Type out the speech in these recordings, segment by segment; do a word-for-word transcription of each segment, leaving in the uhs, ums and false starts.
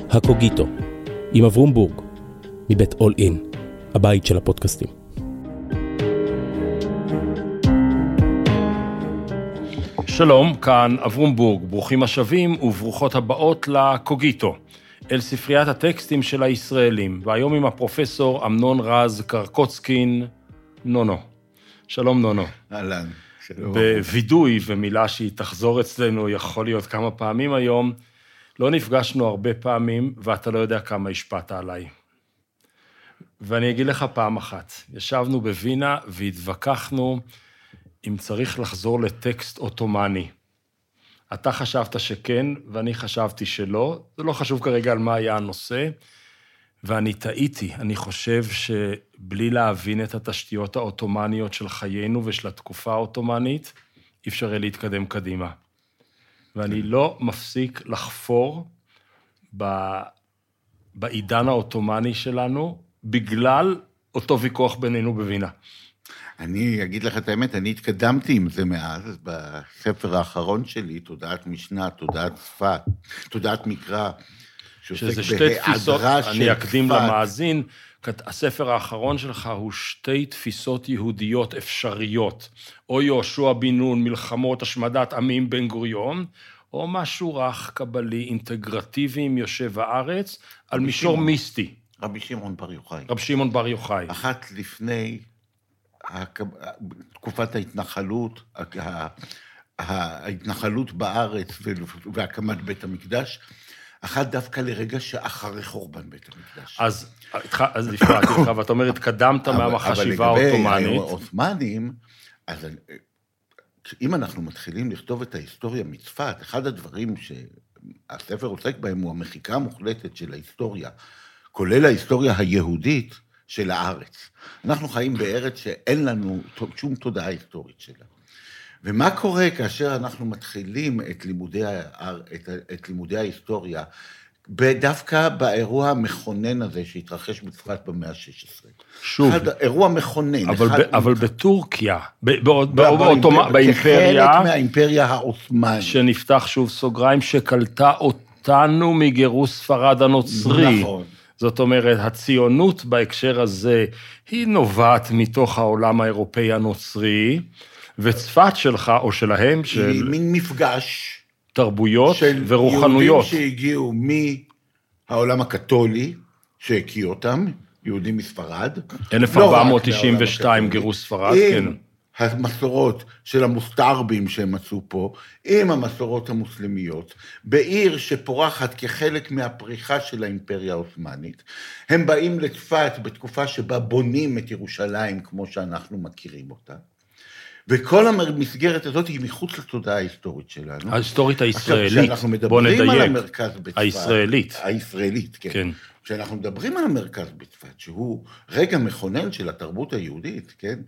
הקוגיטו, עם אברום בורג, מבית אול אין, הבית של הפודקאסטים. שלום, כאן אברום בורג, ברוכים השבים וברוכות הבאות לקוגיטו, אל ספריית הטקסטים של הישראלים, והיום עם הפרופסור אמנון רז קרקוצקין, נונו. שלום נונו. אהלן, שלום. בווידוי ומילה שהיא תחזור אצלנו, יכול להיות כמה פעמים היום, לא נפגשנו הרבה פעמים, ואתה לא יודע כמה השפעת עליי. ואני אגיד לך פעם אחת, ישבנו בווינה והתווכחנו אם צריך לחזור לטקסט אוטומני. אתה חשבת שכן, ואני חשבתי שלא, זה לא חשוב כרגע על מה היה הנושא, ואני טעיתי, אני חושב שבלי להבין את התשתיות האוטומניות של חיינו ושל התקופה האוטומנית, אי אפשר יהיה להתקדם קדימה. ואני לא מפסיק לחפור בעידן האוטומני שלנו, בגלל אותו ויכוח בינינו בווינה. אני אגיד לך את האמת, אני התקדמתי עם זה מאז, בספר האחרון שלי, תודעת משנה, תודעת שפת, תודעת מקרא, שזה שתי תפיסות, אני אקדים למאזין, הספר האחרון שלך הוא שתי תפיסות יהודיות אפשריות, או יהושע בן נון, מלחמות השמדת עמים בן גוריון, או משהו רך, קבלי, אינטגרטיבי עם יושב הארץ, על מישור שמעון, מיסטי. רבי שמעון בר יוחאי. רבי שמעון בר יוחאי. אחת לפני תקופת ההתנחלות, ההתנחלות בארץ והקמת בית המקדש, אחת דווקא לרגע שאחרי חורבן בית המקדש. אז, אז הפרעתי לך, ואתה אומר, התקדמת מהחשיבה האוטומנית. אבל לגבי העות'מאנים, אז אם אנחנו מתחילים לכתוב את ההיסטוריה מצפת, אחד הדברים שהספר עוסק בהם הוא המחיקה המוחלטת של ההיסטוריה, כולל ההיסטוריה היהודית של הארץ. אנחנו חיים בארץ שאין לנו שום תודעה היסטורית שלה. ומה קורה כאשר אנחנו מתחילים את לימודי, את, את לימודי ההיסטוריה, דווקא באירוע המכונן הזה שהתרחש בצפת במאה ה-שש עשרה. שוב. אחד, אירוע מכונן. אבל, אחד, ב, אבל בטורקיה, ב, ב, באוטומ... באימפריה, כחלק מהאימפריה העות'מאנית. שנפתח שוב סוגריים, שקלטה אותנו מגירוש ספרד הנוצרי. נכון. זאת אומרת, הציונות בהקשר הזה, היא נובעת מתוך העולם האירופאי הנוצרי, וצפת שלך, או שלהם, של... היא מין מפגש... תרבויות של ורוחנויות. יהודים שהגיעו מהעולם הקתולי, שהקיא אותם, יהודים מספרד. אלף ארבע מאות תשעים ושתיים גירוש ספרד, כן. עם המסורות של המוסתרבים שהם מצאו פה, עם המסורות המוסלמיות, בעיר שפורחת כחלק מהפריחה של האימפריה העות'מאנית. הם באים לצפת בתקופה שבה בונים את ירושלים כמו שאנחנו מכירים אותה. וכל המסגרת הזאת היא מחוץ לתודעה ההיסטורית שלנו. ההיסטורית הישראלית, כשאנחנו מדברים על המרכז בצפת, הישראלית. הישראלית, כן. כן. כשאנחנו מדברים על המרכז בצפת, שהוא רגע מכונן של התרבות היהודית, כן?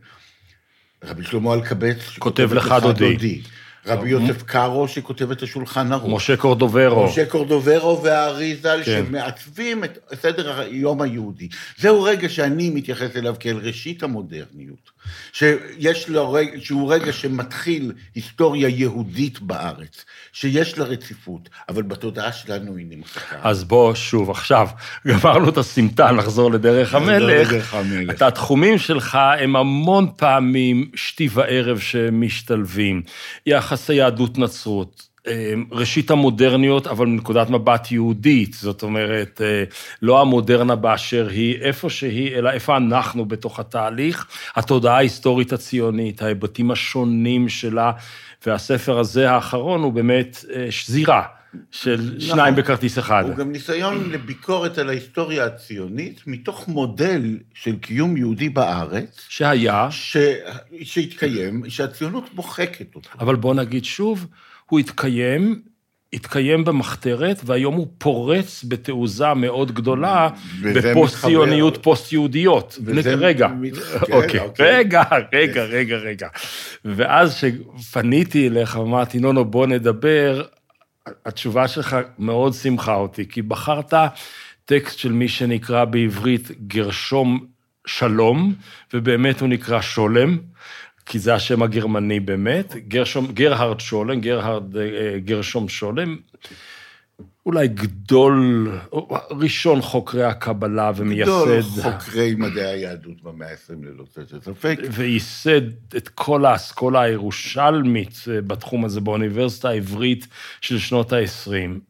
רבי שלמה אלקבץ, כותב לך דודי. רבי יוסף קארו, שכותב את השולחן ערוך. משה קורדוברו. משה קורדוברו והאריזל, כן. שמעצבים את סדר היום היהודי. זהו רגע שאני מתייחס אליו כאל ראשית המודרניות, שיש לו רגע, שהוא רגע שמתחיל היסטוריה יהודית בארץ, שיש לה רציפות, אבל בתודעה שלנו היא נמחקה. אז בוא שוב, עכשיו, גמרנו את הסמטה, נחזור לדרך המלך. לדרך המלך. את התחומים שלך הם המון פעמים שתי וערב שמשתלבים. יחסי יהדות נצרות, ראשית המודרניות, אבל מנקודת מבט יהודית, זאת אומרת, לא המודרנה באשר היא, איפה שהיא, אלא איפה אנחנו בתוך התהליך, התודעה ההיסטורית הציונית, ההיבטים השונים שלה, והספר הזה האחרון הוא באמת שזירה של שניים בכרטיס אחד. הוא גם ניסיון לביקורת על ההיסטוריה הציונית, מתוך מודל של קיום יהודי בארץ, שהיה, ש... שהתקיים, שהציונות מוחקת אותו. אבל בוא נגיד שוב, הוא התקיים, התקיים במחתרת, והיום הוא פורץ בתעוזה מאוד גדולה, בפוסט-ציוניות, פוסט-יהודיות. רגע, אוקיי, רגע, רגע, רגע, רגע. ואז שפניתי אליך, אמרתי, נונו, בוא נדבר, התשובה שלך מאוד שמחה אותי, כי בחרת טקסט של מי שנקרא בעברית גרשום שלום, ובאמת הוא נקרא שולם, כי זה השם הגרמני באמת, גרשום, גרהרד שולם, גרהרד גרשום שולם, אולי גדול, ראשון חוקרי הקבלה ומייסד... גדול חוקרי מדעי היהדות במאה ה-עשרים ללא צל ספק. וייסד את כל האסכולה הירושלמית בתחום הזה באוניברסיטה העברית של שנות ה-עשרים.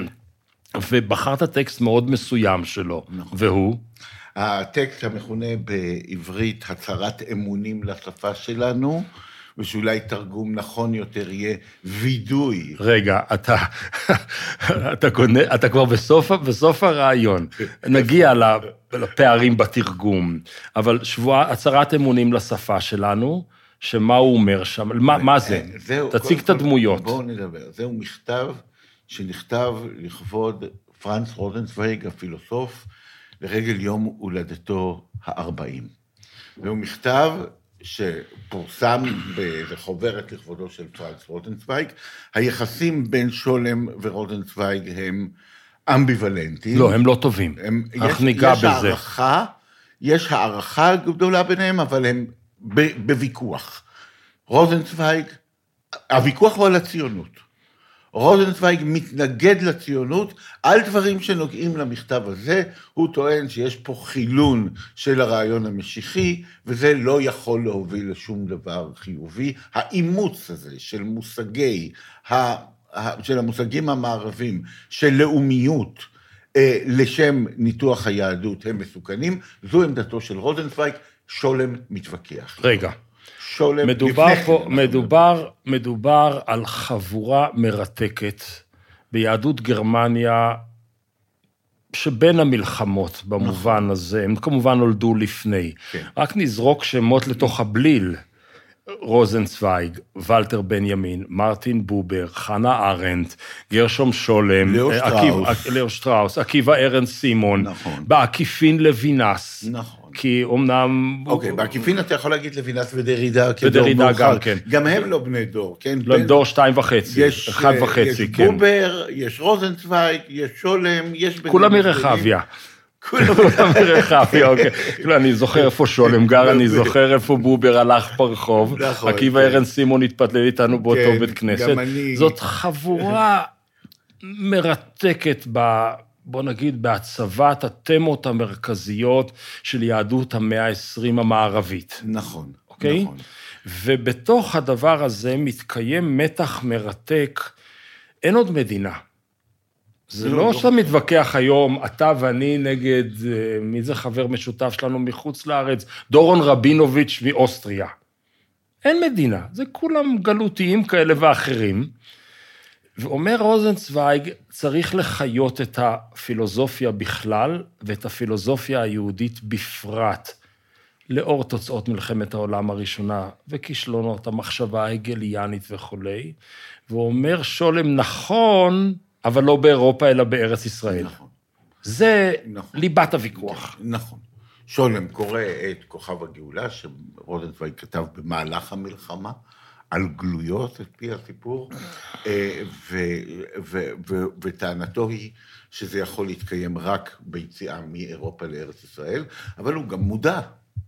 ובחרת טקסט מאוד מסוים שלו, נכון. והוא? הטקסט המכונה בעברית הצהרת אמונים לשפה שלנו, ושאולי תרגום נכון יותר יהיה וידוי. רגע, אתה, אתה, קונה, אתה כבר בסוף, בסוף הרעיון, נגיע לפערים בתרגום, אבל שבוע, הצהרת אמונים לשפה שלנו, שמה הוא אומר שם, מה, מה זה? זהו, תציג את הדמויות. בואו נדבר, זהו מכתב שנכתב לכבוד פרנץ רוזנצוויג, הפילוסוף, לרגל יום הולדתו הארבעים. והוא מכתב שפורסם באיזה חוברת לכבודו של פרנץ רוזנצוויג. היחסים בין שולם ורוזנצוויג הם אמביוולנטיים. לא, הם לא טובים. הם, יש, ניגע יש בזה. הערכה, יש הערכה גדולה ביניהם, אבל הם ב, בוויכוח. רוזנצוויג, הוויכוח הוא על הציונות. רוזנצוויג מתנגד לציונות על דברים שנוגעים למכתב הזה, הוא טוען שיש פה חילון של הרעיון המשיחי, וזה לא יכול להוביל לשום דבר חיובי. האימוץ הזה של מושגי, של המושגים המערבים, של לאומיות, לשם ניתוח היהדות הם מסוכנים, זו עמדתו של רוזנצוויג, שולם מתווכח. רגע. מדובר פה, מדובר, מדובר על חבורה מרתקת ביהדות גרמניה, שבין המלחמות במובן נכון. הזה, הם כמובן נולדו לפני. כן. רק נזרוק שמות לתוך הבליל, רוזנצוויג, ולטר בנימין, מרטין בובר, חנה ארנדט, גרשום שולם, ליאו שטראוס, ליאו שטראוס, עקיבא ארן סימון, נכון. בעקיפין לוינס. נכון. כי אומנם... אוקיי, בעקיפין אתה יכול להגיד לוינס ודרידה, ודרידה גם, כן. גם הם לא בני דור, כן? לא, הם דור שתיים וחצי, אחד וחצי, כן. יש בובר, יש רוזנצוויג, יש שולם, יש... כולם מרחביה. כולם מרחביה, אוקיי. אני זוכר איפה שולם גר, אני זוכר איפה בובר הלך ברחוב, עקיבא ארן סימון התפתלל איתנו באותו בית כנסת. זאת חבורה מרתקת ב... בוא נגיד, בהצבת התמות המרכזיות של יהדות המאה ה-עשרים המערבית. נכון, אוקיי? נכון. ובתוך הדבר הזה מתקיים מתח מרתק, אין עוד מדינה. זה לא, לא שאתה לא. מתווכח היום, אתה ואני נגד, מי זה חבר משותף שלנו מחוץ לארץ, דורון רבינוביץ' מאוסטריה. אין מדינה, זה כולם גלותיים כאלה ואחרים, ואומר רוזנצוויג, צריך לחיות את הפילוסופיה בכלל, ואת הפילוסופיה היהודית בפרט, לאור תוצאות מלחמת העולם הראשונה, וכישלונות המחשבה ההגליאנית וכו'. והוא אומר, שולם נכון, אבל לא באירופה, אלא בארץ ישראל. נכון. זה נכון. ליבת הוויכוח. נכון. שולם קורא את כוכב הגאולה, שרוזנצוויג כתב במהלך המלחמה, על גלויות, את פי הסיפור, וטענתו היא שזה יכול להתקיים רק ביציאה מאירופה לארץ ישראל, אבל הוא גם מודע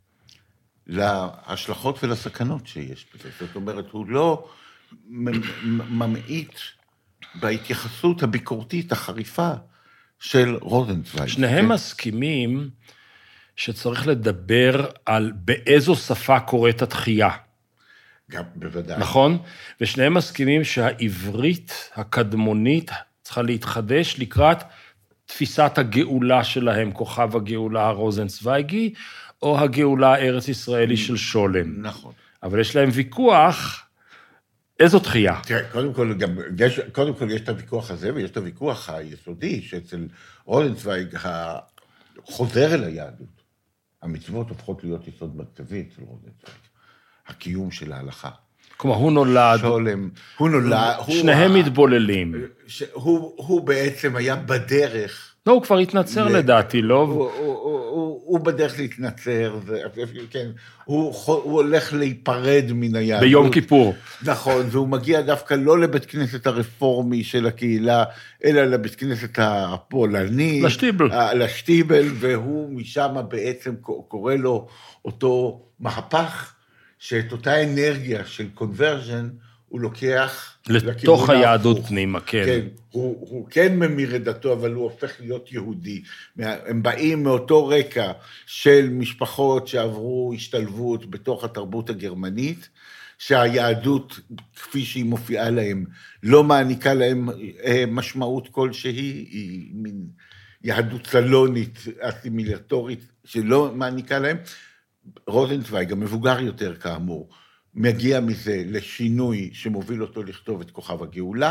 להשלכות ולסכנות שיש בזה. זאת אומרת, הוא לא ממעיט בהתייחסות הביקורתית, החריפה של רוזנצוויג. שניהם מסכימים שצריך לדבר על באיזו שפה קורית התחייה. גם בוודאי. נכון? ושניהם מסכימים שהעברית הקדמונית צריכה להתחדש לקראת תפיסת הגאולה שלהם, כוכב הגאולה הרוזנצוויגי, או הגאולה הארץ-ישראלי של שולם. נכון. אבל יש להם ויכוח, איזו תחייה? תראה, קודם כל, גם, יש, קודם כל יש את הוויכוח הזה, ויש את הוויכוח היסודי, שאצל רוזנצוויג חוזר אל היהדות. המצוות הופכות להיות יסוד מרכזי אצל רוזנצוויג. הקיום של ההלכה. כלומר, הוא נולד... שולם, הוא נולד... שניהם הוא, מתבוללים. הוא, הוא בעצם היה בדרך... לא, הוא כבר התנצר ל... לדעתי, לא? הוא, הוא, הוא, הוא, הוא בדרך להתנצר, זה, כן, הוא, הוא הולך להיפרד מן היהדות. ביום כיפור. נכון, והוא מגיע דווקא לא לבית כנסת הרפורמי של הקהילה, אלא לבית כנסת הפולני. לשטיבל. לשטיבל, והוא משם בעצם קורא לו אותו מהפך, שאת אותה אנרגיה של קונברז'ן, הוא לוקח... לתוך היהדות פנימה, כן. כן, הוא, הוא כן ממיר את דתו, אבל הוא הופך להיות יהודי. הם באים מאותו רקע של משפחות שעברו השתלבות בתוך התרבות הגרמנית, שהיהדות, כפי שהיא מופיעה להם, לא מעניקה להם משמעות כלשהי, היא מין יהדות סלונית, אסימילטורית, שלא מעניקה להם. רוזנצוויג, המבוגר יותר כאמור, מגיע מזה לשינוי שמוביל אותו לכתוב את כוכב הגאולה,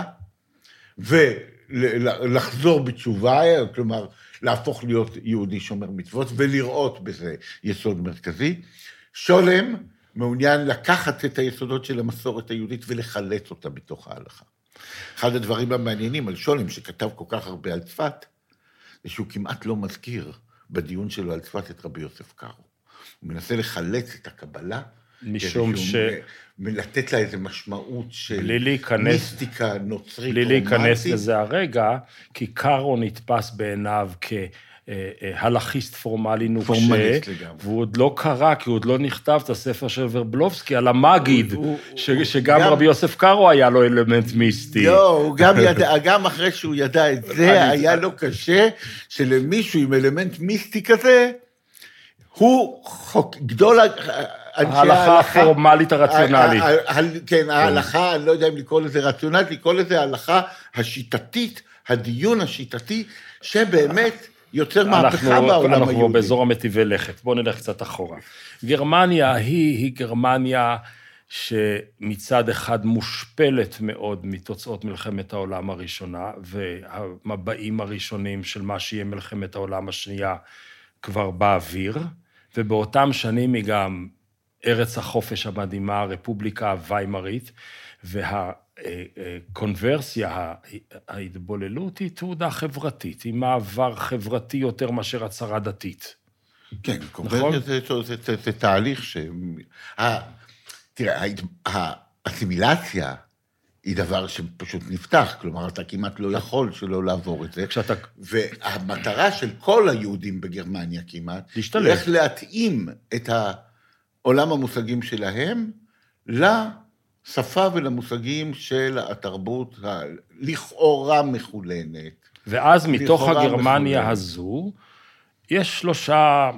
ולחזור בתשובה, כלומר, להפוך להיות יהודי שומר מצוות, ולראות בזה יסוד מרכזי. שולם מעוניין לקחת את היסודות של המסורת היהודית ולחלץ אותה בתוך ההלכה. אחד הדברים המעניינים על שולם, שכתב כל כך הרבה על צפת, זה שהוא כמעט לא מזכיר בדיון שלו על צפת את רבי יוסף קארו. הוא מנסה לחלץ את הקבלה, משום ש... לתת לה איזו משמעות של להיכנס, מיסטיקה נוצרית. בלי להיכנס לזה הרגע, כי קארו נתפס בעיניו כהלכיסט פורמלי נוקשה, והוא עוד לא קרא, כי הוא עוד לא נכתב את הספר של ורבלובסקי על המגיד, הוא, ש... הוא, שגם הוא רבי גם... יוסף קארו היה לו אלמנט מיסטי. לא, הוא גם, ידע, גם אחרי שהוא ידע את זה, היה לו קשה שלמישהו עם אלמנט מיסטי כזה, הוא חוק, גדול... ההלכה הפורמלית הרציונלית. כן, ההלכה, אני לא יודע אם לקרוא לזה רציונלית, לקרוא לזה ההלכה השיטתית, הדיון השיטתי, שבאמת יוצר מהפכה בעולם היהודי. אנחנו באזור המטיבי לכת, בואו נלך קצת אחורה. גרמניה היא, היא גרמניה שמצד אחד מושפלת מאוד מתוצאות מלחמת העולם הראשונה, והמבעים הראשונים של מה שיהיה מלחמת העולם השנייה כבר באוויר, ובאותם שנים היא גם ארץ החופש המדהימה, הרפובליקה הוויימרית, והקונברסיה, ההתבוללות היא תעודה חברתית, היא מעבר חברתי יותר מאשר הצהרה דתית. כן, קונברסיה זה, זה, זה, זה תהליך ש... תראה, האסימילציה היא דבר שפשוט נפתח, כלומר, אתה כמעט לא יכול שלא לעבור את זה. כשאתה... והמטרה של כל היהודים בגרמניה כמעט, להשתלב. איך להתאים את העולם המושגים שלהם לשפה ולמושגים של התרבות הלכאורה מחולנת. ואז מתוך הגרמניה מחולנת. הזו, יש שלושה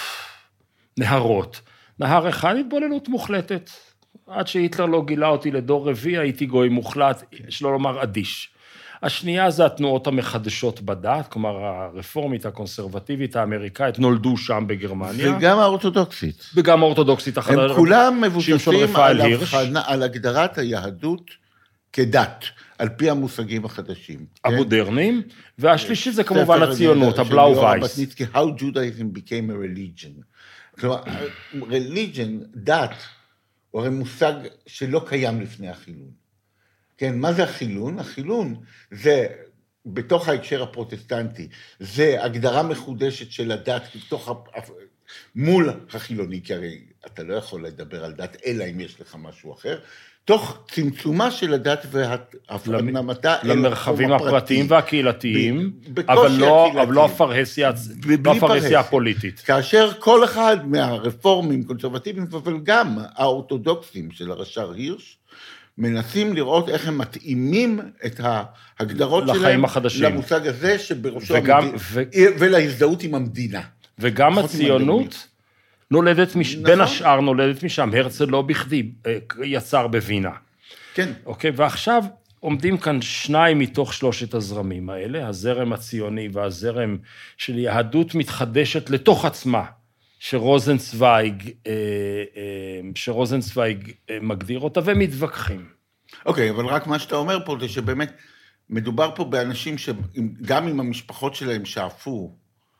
נהרות. נהר אחד, התבוללות מוחלטת. עד שהיטלר לא גילה אותי לדור רביעי, הייתי גוי מוחלט, שלא לומר אדיש. השנייה זה התנועות המחדשות בדת, כלומר הרפורמית, הקונסרבטיבית, האמריקאית, נולדו שם בגרמניה. וגם האורתודוקסית. וגם האורתודוקסית. הם כולם מבוססים על, על הגדרת היהדות כדת, על פי המושגים החדשים. המודרניים, והשלישי זה כמובן הציונות, הבלאו וייס. How Judaism became a religion. כלומר, religion, דת, הוא הרי מושג שלא קיים לפני החילון. כן, מה זה החילון? החילון זה, בתוך ההקשר הפרוטסטנטי, זה הגדרה מחודשת של הדת, בתוך, מול החילוני, כי הרי אתה לא יכול לדבר על דת, אלא אם יש לך משהו אחר, תוך צמצומה של הדת והפנמתה למרחבים הפרטיים והקהילתיים, אבל לא, אבל לא הפרהסיה, לא הפרהסיה הפוליטית. כאשר כל אחד מהרפורמים, קונסרבטיביים, אבל גם האורתודוקסים של הרש"ר הירש, מנסים לראות איך הם מתאימים את ההגדרות שלהם למושג הזה שבראשו וגם, ו... ולהזדהות עם המדינה. וגם הציונות נולדת, מש... נכון. בין השאר נולדת משם, הרצל לא בכדי יצר בווינה. כן. אוקיי, ועכשיו עומדים כאן שניים מתוך שלושת הזרמים האלה, הזרם הציוני והזרם של יהדות מתחדשת לתוך עצמה, שרוזנצוויג, שרוזנצוויג מגדיר אותה, ומתווכחים. אוקיי, אבל רק מה שאתה אומר פה, זה שבאמת מדובר פה באנשים שגם עם המשפחות שלהם שאפו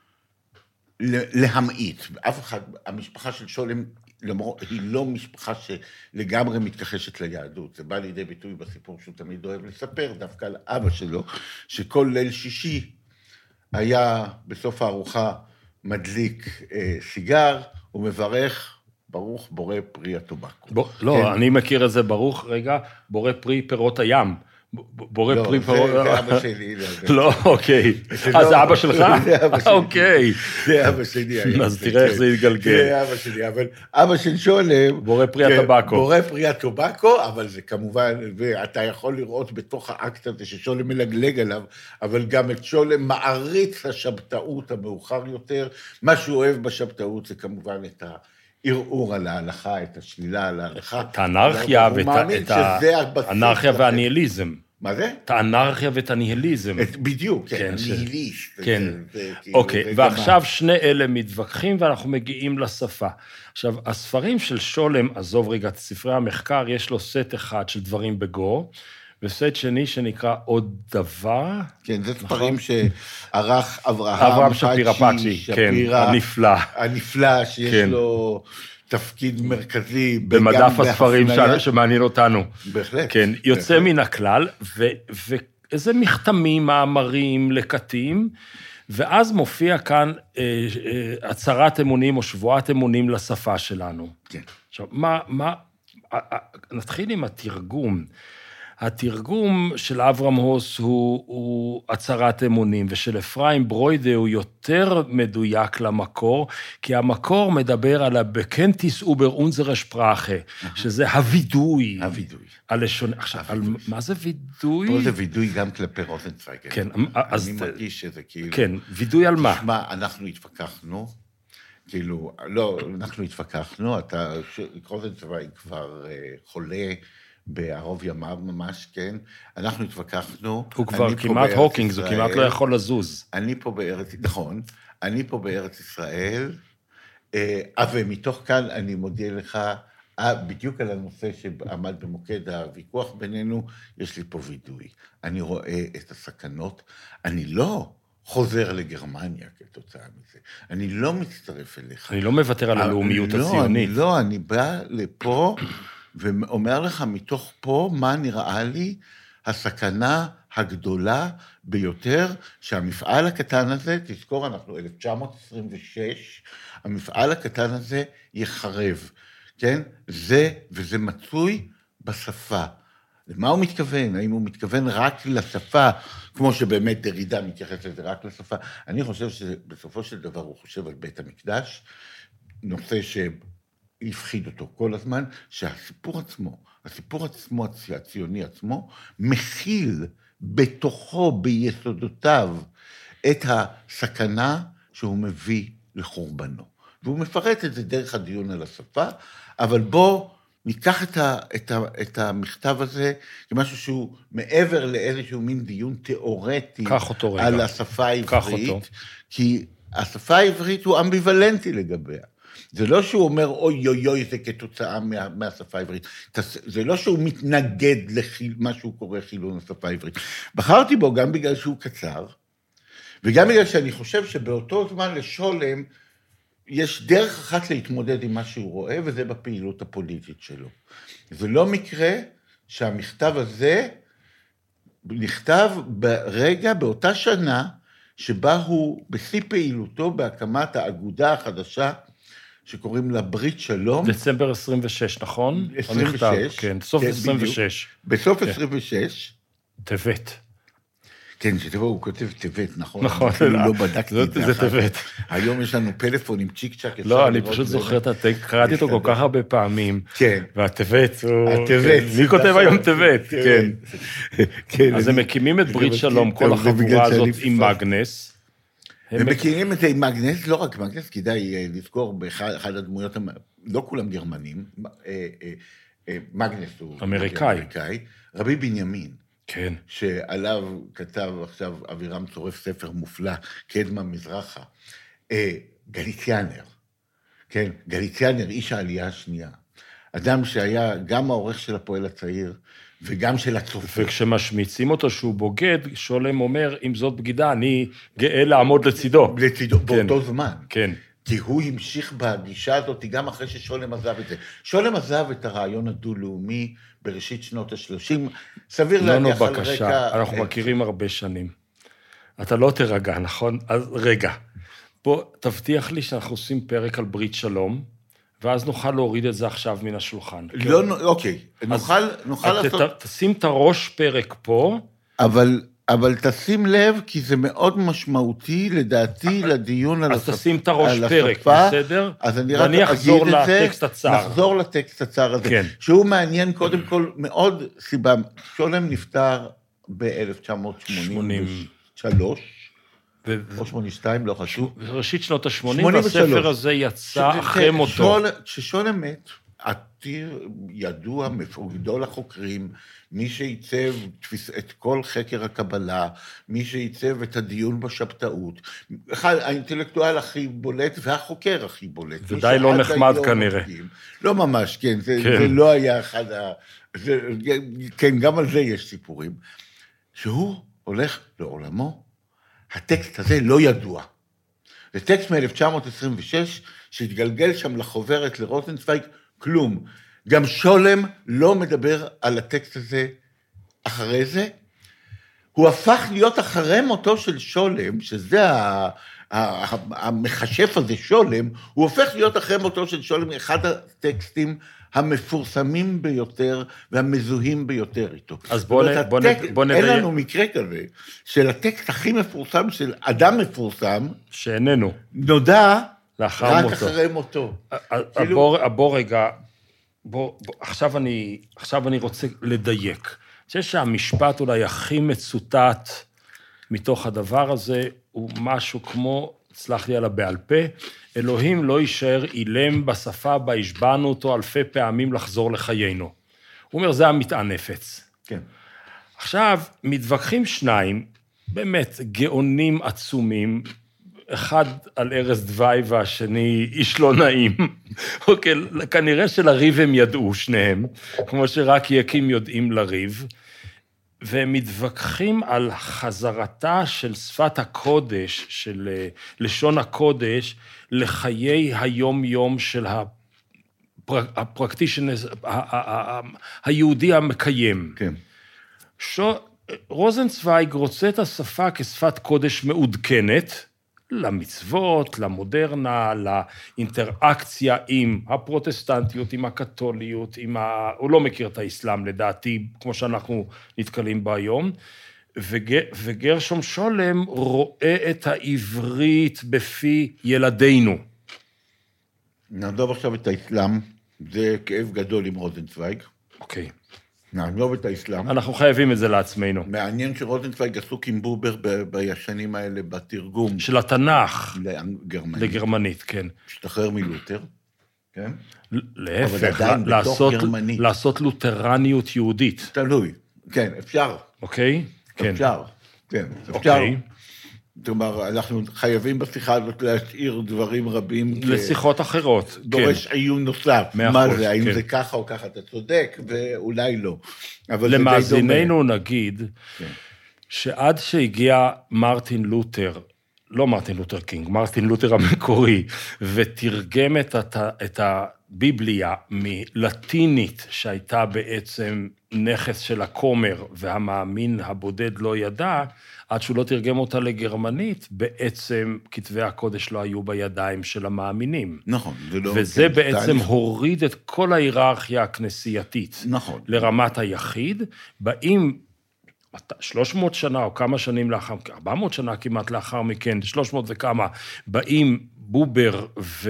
להמעיט. אף אחד, המשפחה של שולם, היא לא משפחה שלגמרי מתכחשת ליהדות. זה בא לידי ביטוי בסיפור שהוא תמיד אוהב לספר, דווקא על אבא שלו, שכל ליל שישי היה בסוף הארוחה, מדליק אה, סיגר, ומברך, ברוך בורא פרי הטובקו. ב... לא, כן. אני מכיר את זה ברוך, רגע, בורא פרי פירות הים, בורא פרי לא, פרות... זה אבא שלי. לא, אוקיי. אז זה אבא שלך? זה אבא שלי. אוקיי. זה אבא שלי. אז תראה איך זה יתגלגל. זה אבא שלי, אבל אבא של שולם... בורא פרי הטבקו. בורא פרי הטבקו, אבל זה כמובן, ואתה יכול לראות בתוך האקט הזה ששולם מלגלג עליו, אבל גם את שולם מעריץ השבתאות המאוחר יותר. מה שהוא אוהב בשבתאות זה כמובן את ה... ערעור על ההלכה, את השלילה על ההלכה. את האנרכיה ואת האנרכיה והניהיליזם. מה זה? את האנרכיה ואת הניהיליזם. בדיוק, כן, הניהיליסט. כן, אוקיי, ועכשיו שני אלה מתווכחים ואנחנו מגיעים לשפה. עכשיו, הספרים של שולם, עזוב רגע את ספרי המחקר, יש לו סט אחד של דברים בגו, וסט שני שנקרא עוד דבר. כן, זה ספרים שערך אברהם, אברהם שפירא פאצ'י, כן, הנפלא. הנפלא, שיש לו תפקיד מרכזי. במדף הספרים שמעניין אותנו. בהחלט. כן, יוצא מן הכלל, ואיזה מכתמים, מאמרים, לקטים, ואז מופיע כאן הצהרת אמונים או שבועת אמונים לשפה שלנו. כן. עכשיו, מה, מה, נתחיל עם התרגום. התרגום של אברהם הוס הוא, הוא הצהרת אמונים, ושל אפרים ברוידה הוא יותר מדויק למקור, כי המקור מדבר על הבקנטיס אובר אונזרה שפרחה, שזה הווידוי. הווידוי. הלשון, עכשיו, על, מה זה וידוי? פה זה וידוי גם כלפי רוזנצוויג. כן, אז... אני מרגיש שזה כאילו... כן, וידוי על מה? תשמע, אנחנו התווכחנו, כאילו, לא, אנחנו התווכחנו, אתה, רוזנצוויג כבר חולה, בערוב ימיו ממש, כן. אנחנו התווכחנו. הוא כבר כמעט הוקינג, הוא כמעט לא יכול לזוז. אני פה בארץ, נכון, אני פה בארץ ישראל, ומתוך כאן אני מודיע לך, בדיוק על הנושא שעמד במוקד הוויכוח בינינו, יש לי פה וידוי. אני רואה את הסכנות, אני לא חוזר לגרמניה כתוצאה מזה, אני לא מצטרף אליך. אני לא מוותר על הלאומיות הציונית. לא, אני בא לפה, ואומר לך מתוך פה מה נראה לי הסכנה הגדולה ביותר שהמפעל הקטן הזה, תזכור, אנחנו אלף תשע מאות עשרים ושש, המפעל הקטן הזה יחרב, כן? זה, וזה מצוי בשפה. למה הוא מתכוון? האם הוא מתכוון רק לשפה, כמו שבאמת דרידה מתייחס לזה רק לשפה? אני חושב שבסופו של דבר הוא חושב על בית המקדש, נושא ש... הפחיד אותו כל הזמן, שהסיפור עצמו, הסיפור עצמו, הציוני עצמו, מכיל בתוכו, ביסודותיו, את הסכנה שהוא מביא לחורבנו. והוא מפרט את זה דרך הדיון על השפה, אבל בוא ניקח את, ה, את, ה, את המכתב הזה, כמשהו שהוא מעבר לאיזשהו מין דיון תיאורטי, על השפה העברית, כי השפה העברית הוא אמביוולנטי לגביה. זה לא שהוא אומר, אוי, אוי, אוי, זה כתוצאה מה, מהשפה העברית. זה לא שהוא מתנגד למה שהוא קורא חילון השפה העברית. בחרתי בו גם בגלל שהוא קצר, וגם בגלל שאני חושב שבאותו זמן לשולם, יש דרך אחת להתמודד עם מה שהוא רואה, וזה בפעילות הפוליטית שלו. זה לא מקרה שהמכתב הזה נכתב ברגע, באותה שנה, שבה הוא בשיא פעילותו בהקמת האגודה החדשה, שקוראים לה ברית שלום. דצמבר עשרים ושש, נכון? עשרים ושש. כן, סוף עשרים ושש. בסוף עשרים ושש. טבת. כן, שתבוא, הוא כותב טבת, נכון? נכון. לא בדקתי את זה. זה טבת. היום יש לנו פלאפון עם צ'יק צ'ק. לא, אני פשוט זוכר את הטקסט, קראתי אותו כל כך הרבה פעמים. כן. והטבת הוא... הטבת. מי כותב היום טבת? כן. אז הם מקימים את ברית שלום, כל החבורה הזאת עם מגנס. הם מכירים את זה עם מגנס, לא רק מגנס, כדאי לזכור באחד הדמויות, לא כולם גרמנים, מגנס הוא אמריקאי, רבי בנימין, כן. שעליו כתב עכשיו אבירם צורף ספר מופלא, קדמה מזרחה, גליציאנר, כן, גליציאנר, איש העלייה השנייה, אדם שהיה גם העורך של הפועל הצעיר, וגם של הצופה. וכשמשמיצים אותו שהוא בוגד, שולם אומר, אם זאת בגידה, אני גאה לעמוד לצידו. לצידו, באותו זמן. כן. כי הוא המשיך בגישה הזאת, גם אחרי ששולם עזב את זה. שולם עזב את הרעיון הדו-לאומי בראשית שנות ה-שלושים, סביר להניח על רקע... לא, בבקשה, אנחנו מכירים הרבה שנים. אתה לא תרגע, נכון? אז רגע, בוא תבטיח לי שאנחנו עושים פרק על ברית שלום, ואז נוכל להוריד את זה עכשיו מן השולחן. לא, אוקיי, נוכל, נוכל לעשות... תשים את הראש פרק פה. אבל, אבל תשים לב, כי זה מאוד משמעותי, לדעתי, לדיון על השפה. אז תשים את הראש פרק, בסדר? אז אני רק אגיד את זה. לטקסט הצער. נחזור לטקסט הצער הזה. כן. שהוא מעניין, קודם כל, מאוד סיבה. שולם נפטר ב-אלף תשע מאות שמונים ושלוש. או שמונים ושתיים, לא חשוב. בראשית שנות ה-שמונים, והספר הזה יצא אחרי מותו. כששולם מת, עתיר ידוע, גדול החוקרים, מי שעיצב את כל חקר הקבלה, מי שעיצב את הדיון בשבתאות, אחד, האינטלקטואל הכי בולט והחוקר הכי בולט. ודי לא נחמד כנראה. לא ממש, כן, זה, כן. זה לא היה אחד ה... זה, כן, גם על זה יש סיפורים. שהוא הולך לעולמו, הטקסט הזה לא ידוע. זה טקסט מ-אלף תשע מאות עשרים ושש, שהתגלגל שם לחוברת לרוזנצוויג, כלום. גם שולם לא מדבר על הטקסט הזה אחרי זה. הוא הפך להיות אחרי מותו של שולם, שזה המחשף הזה שולם, הוא הופך להיות אחרי מותו של שולם, אחד הטקסטים המפורסמים ביותר והמזוהים ביותר איתו. אז בוא נ... בוא נ... בוא נדע... אין לנו מקרה כזה, של הטקסט הכי מפורסם, של אדם מפורסם, שאיננו. נודע לאחר רק מותו. אחרי מותו. בוא, בוא רגע, בוא, בוא, עכשיו אני, עכשיו אני רוצה לדייק. אני חושב שהמשפט אולי הכי מצוטט מתוך הדבר הזה, הוא משהו כמו, סלח לי על הבעל פה, אלוהים לא יישאר אילם בשפה בה השבענו אותו אלפי פעמים לחזור לחיינו. הוא אומר, זה המטען נפץ. כן. עכשיו, מתווכחים שניים, באמת גאונים עצומים, אחד על ארז דווי והשני איש לא נעים. אוקיי, כנראה שלריב הם ידעו שניהם, כמו שרק יקים יודעים לריב, והם מתווכחים על חזרתה של שפת הקודש, של לשון הקודש, לחיי היום-יום של הפרקטישנס, היהודי המקיים. כן. רוזנצוויג רוצה את השפה כשפת קודש מעודכנת, למצוות, למודרנה, לאינטראקציה עם הפרוטסטנטיות, עם הקתוליות, עם ה... הוא לא מכיר את האסלאם לדעתי, כמו שאנחנו נתקלים בה היום, וג... וגרשום שולם רואה את העברית בפי ילדינו. נעזוב עכשיו את האסלאם, זה כאב גדול עם רוזנצוויג. אוקיי. נעזוב את האסלאם. אנחנו חייבים את זה לעצמנו. מעניין שרוזנצוויג עסוק עם בובר בישנים האלה בתרגום. של התנ"ך. לגרמנית. לגרמנית, כן. השתחרר מלותר, כן? להפך, לעשות, לעשות לותרניות יהודית. תלוי, כן, אפשר. אוקיי? כן. אפשר, כן, אפשר. אוקיי. זאת אומרת, אנחנו חייבים בשיחה הזאת להשאיר דברים רבים. לשיחות אחרות. דורש עיון נוסף. מה זה, האם זה ככה או ככה, אתה צודק, ואולי לא. למאזיננו נגיד, שעד שהגיע מרטין לותר, לא מרטין לותר קינג, מרטין לותר המקורי, ותרגם את הביבליה מלטינית, שהייתה בעצם נכס של הכומר, והמאמין הבודד לא ידע, עד שהוא לא תרגם אותה לגרמנית, בעצם כתבי הקודש לא היו בידיים של המאמינים. נכון. לא וזה כן, בעצם תהליך. הוריד את כל ההיררכיה הכנסייתית. נכון. לרמת היחיד, באים שלוש מאות שנה או כמה שנים לאחר, ארבע מאות שנה כמעט לאחר מכן, שלוש מאות וכמה, באים בובר